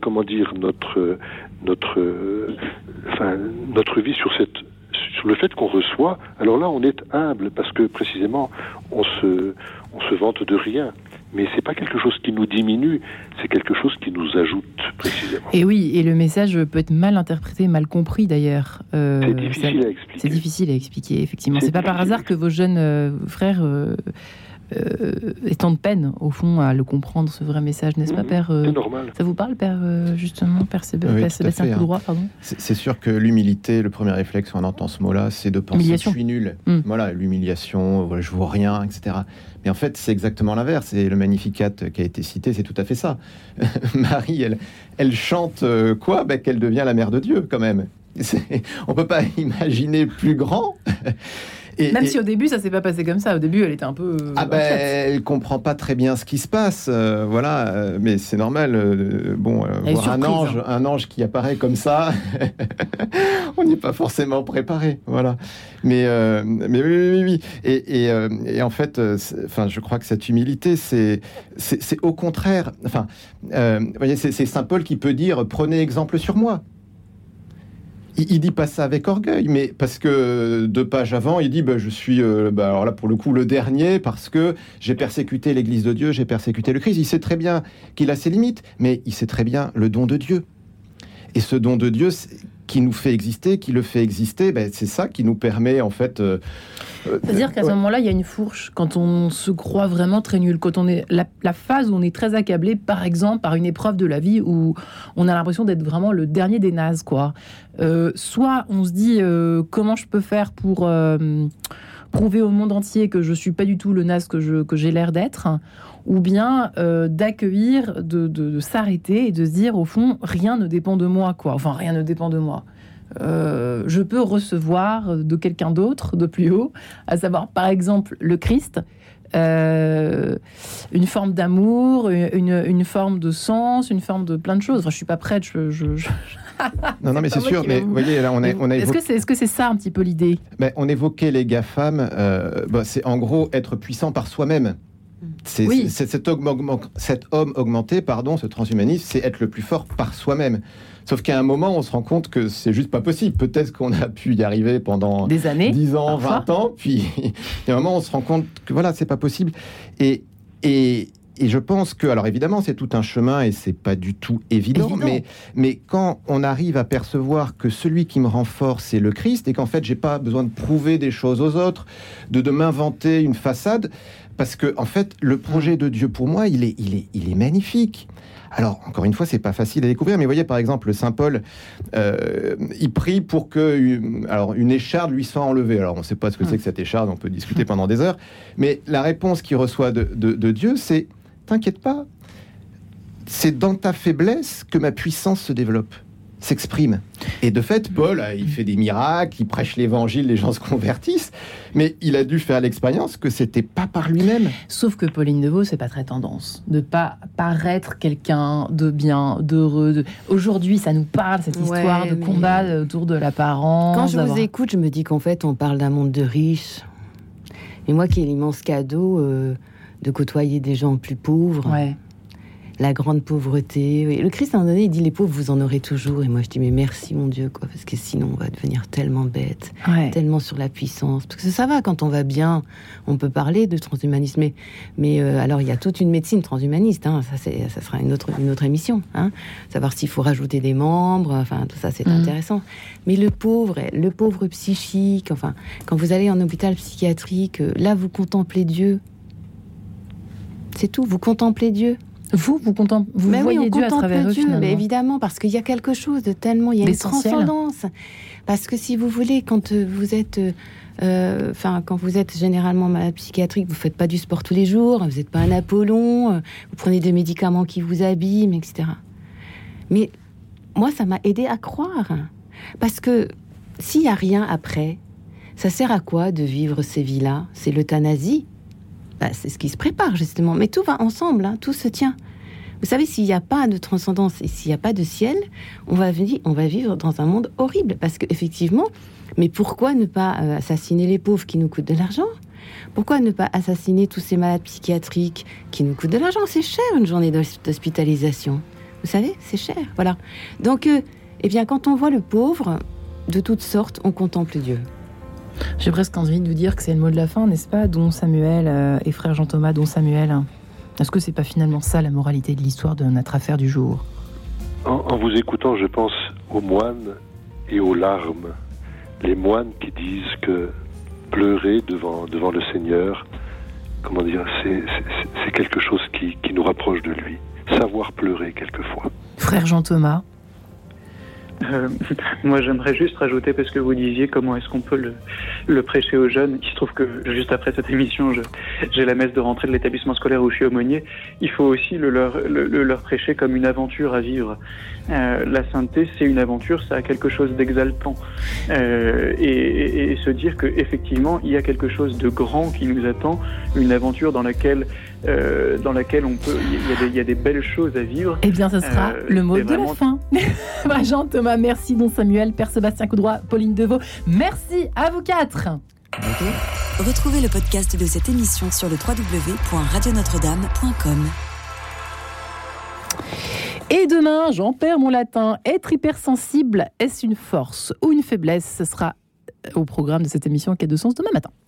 notre vie sur le fait qu'on reçoit, alors là, on est humble, parce que précisément, on se vante de rien. Mais c'est pas quelque chose qui nous diminue, c'est quelque chose qui nous ajoute, précisément. Et oui, et le message peut être mal interprété, mal compris d'ailleurs. C'est difficile à expliquer. C'est difficile à expliquer, effectivement. C'est pas par hasard que vos jeunes frères est tant de peine, au fond, à le comprendre, ce vrai message, n'est-ce pas, Père C'est normal. Ça vous parle, Père, justement, Père Sébastien Coudroy, pardon. C'est sûr que l'humilité, le premier réflexe quand on entend ce mot-là, c'est de penser que je suis nul. Voilà, l'humiliation, voilà, je vaux rien, etc. Mais en fait, c'est exactement l'inverse. Et le Magnificat qui a été cité, c'est tout à fait ça. Marie, elle chante quoi ? Qu'elle devient la mère de Dieu, quand même. On peut pas imaginer plus grand. Même si au début ça s'est pas passé comme ça, au début elle était un peu elle comprend pas très bien ce qui se passe, mais c'est normal. Voir un ange qui apparaît comme ça, on n'y est pas forcément préparé, voilà. Mais oui. Et en fait, je crois que cette humilité, c'est au contraire. Vous voyez, c'est Saint Paul qui peut dire prenez exemple sur moi. Il dit pas ça avec orgueil, mais parce que 2 pages avant, il dit je suis, alors là pour le coup le dernier, parce que j'ai persécuté l'Église de Dieu, j'ai persécuté le Christ. Il sait très bien qu'il a ses limites, mais il sait très bien le don de Dieu. Et ce don de Dieu qui nous fait exister, qui le fait exister, c'est ça qui nous permet en fait. C'est-à-dire qu'à ce moment-là, il y a une fourche quand on se croit vraiment très nul, quand on est la phase où on est très accablé, par exemple, par une épreuve de la vie où on a l'impression d'être vraiment le dernier des nazes, quoi. Soit on se dit comment je peux faire pour prouver au monde entier que je suis pas du tout le naze que j'ai l'air d'être, ou bien d'accueillir, de s'arrêter et de se dire au fond rien ne dépend de moi, quoi. Enfin, rien ne dépend de moi. Je peux recevoir de quelqu'un d'autre, de plus haut, à savoir par exemple le Christ, une forme d'amour, une forme de sens, une forme de plein de choses. Enfin, je suis pas prête. Non, mais c'est sûr. Mais vous voyez, là, on a Est-ce que c'est ça un petit peu l'idée ? On évoquait les GAFAM. C'est en gros être puissant par soi-même. C'est cet homme augmenté, ce transhumanisme, c'est être le plus fort par soi-même. Sauf qu'à un moment, on se rend compte que c'est juste pas possible. Peut-être qu'on a pu y arriver pendant des années, 10 ans, parfois. 20 ans, puis à un moment, on se rend compte que voilà, c'est pas possible. Et je pense que, alors évidemment, c'est tout un chemin et c'est pas du tout évident. Mais quand on arrive à percevoir que celui qui me rend fort, c'est le Christ, et qu'en fait, j'ai pas besoin de prouver des choses aux autres, de m'inventer une façade, parce que en fait, le projet de Dieu pour moi, il est magnifique. Alors, encore une fois, c'est pas facile à découvrir, mais vous voyez, par exemple, Saint Paul, il prie pour que une écharde lui soit enlevée. Alors, on ne sait pas ce que c'est que cette écharde, on peut discuter pendant des heures, mais la réponse qu'il reçoit de Dieu, c'est « T'inquiète pas, c'est dans ta faiblesse que ma puissance se développe. » s'exprime. Et de fait, Paul, il fait des miracles, il prêche l'évangile, les gens se convertissent, mais il a dû faire l'expérience que c'était pas par lui-même. Sauf que Pauline Deveau, c'est pas très tendance de pas paraître quelqu'un de bien, d'heureux. Aujourd'hui, ça nous parle, cette histoire de combat autour de l'apparence. Quand je vous écoute, je me dis qu'en fait, on parle d'un monde de riches. Et moi qui ai l'immense cadeau de côtoyer des gens plus pauvres. Ouais. La grande pauvreté. Le Christ, à un moment donné, il dit, les pauvres, vous en aurez toujours. Et moi, je dis, mais merci, mon Dieu, quoi, parce que sinon, on va devenir tellement bête, tellement sur la puissance. Parce que ça va, quand on va bien, on peut parler de transhumanisme. Mais alors, il y a toute une médecine transhumaniste. Hein, ça sera une autre émission. Hein, savoir s'il faut rajouter des membres. Enfin, tout ça, c'est intéressant. Mais le pauvre psychique, enfin, quand vous allez en hôpital psychiatrique, là, vous contemplez Dieu. C'est tout, vous contemplez Dieu. Vous voyez Dieu à travers eux, finalement. Mais évidemment, parce qu'il y a quelque chose de tellement... Il y a une transcendance. Parce que si vous voulez, quand vous êtes... quand vous êtes généralement malade psychiatrique, vous ne faites pas du sport tous les jours, vous n'êtes pas un Apollon, vous prenez des médicaments qui vous abîment, etc. Mais moi, ça m'a aidé à croire. Parce que s'il n'y a rien après, ça sert à quoi de vivre ces vies-là ? C'est l'euthanasie. C'est ce qui se prépare, justement. Mais tout va ensemble, hein, tout se tient. Vous savez, s'il n'y a pas de transcendance et s'il n'y a pas de ciel, on va vivre dans un monde horrible. Parce qu'effectivement, mais pourquoi ne pas assassiner les pauvres qui nous coûtent de l'argent ? Pourquoi ne pas assassiner tous ces malades psychiatriques qui nous coûtent de l'argent ? C'est cher, une journée d'hospitalisation. Vous savez, c'est cher, voilà. Donc, quand on voit le pauvre, de toutes sortes, on contemple Dieu. J'ai presque envie de vous dire que c'est le mot de la fin, n'est-ce pas, Don Samuel et frère Jean-Thomas, Don Samuel. Est-ce que c'est pas finalement ça la moralité de l'histoire de notre affaire du jour ? En vous écoutant, je pense aux moines et aux larmes. Les moines qui disent que pleurer devant le Seigneur, comment dire, c'est quelque chose qui nous rapproche de lui. Savoir pleurer quelquefois. Frère Jean-Thomas. Moi, j'aimerais juste rajouter, parce que vous disiez comment est-ce qu'on peut le prêcher aux jeunes. Il se trouve que juste après cette émission, j'ai la messe de rentrée de l'établissement scolaire où je suis aumônier. Il faut aussi le leur prêcher comme une aventure à vivre. La sainteté, c'est une aventure, ça a quelque chose d'exaltant. Et se dire qu'effectivement, il y a quelque chose de grand qui nous attend, une aventure dans laquelle on peut, il y a des belles choses à vivre. Eh bien, ce sera le mot de la fin. Jean-Thomas, merci. Don Samuel, Père Sébastien Coudroy, Pauline Deveau, merci à vous quatre. Retrouvez le podcast de cette émission sur le www.radionotre-dame.com. Et demain, j'en perds mon latin. Être hypersensible, est-ce une force ou une faiblesse ? Ce sera au programme de cette émission Quai de sens demain matin.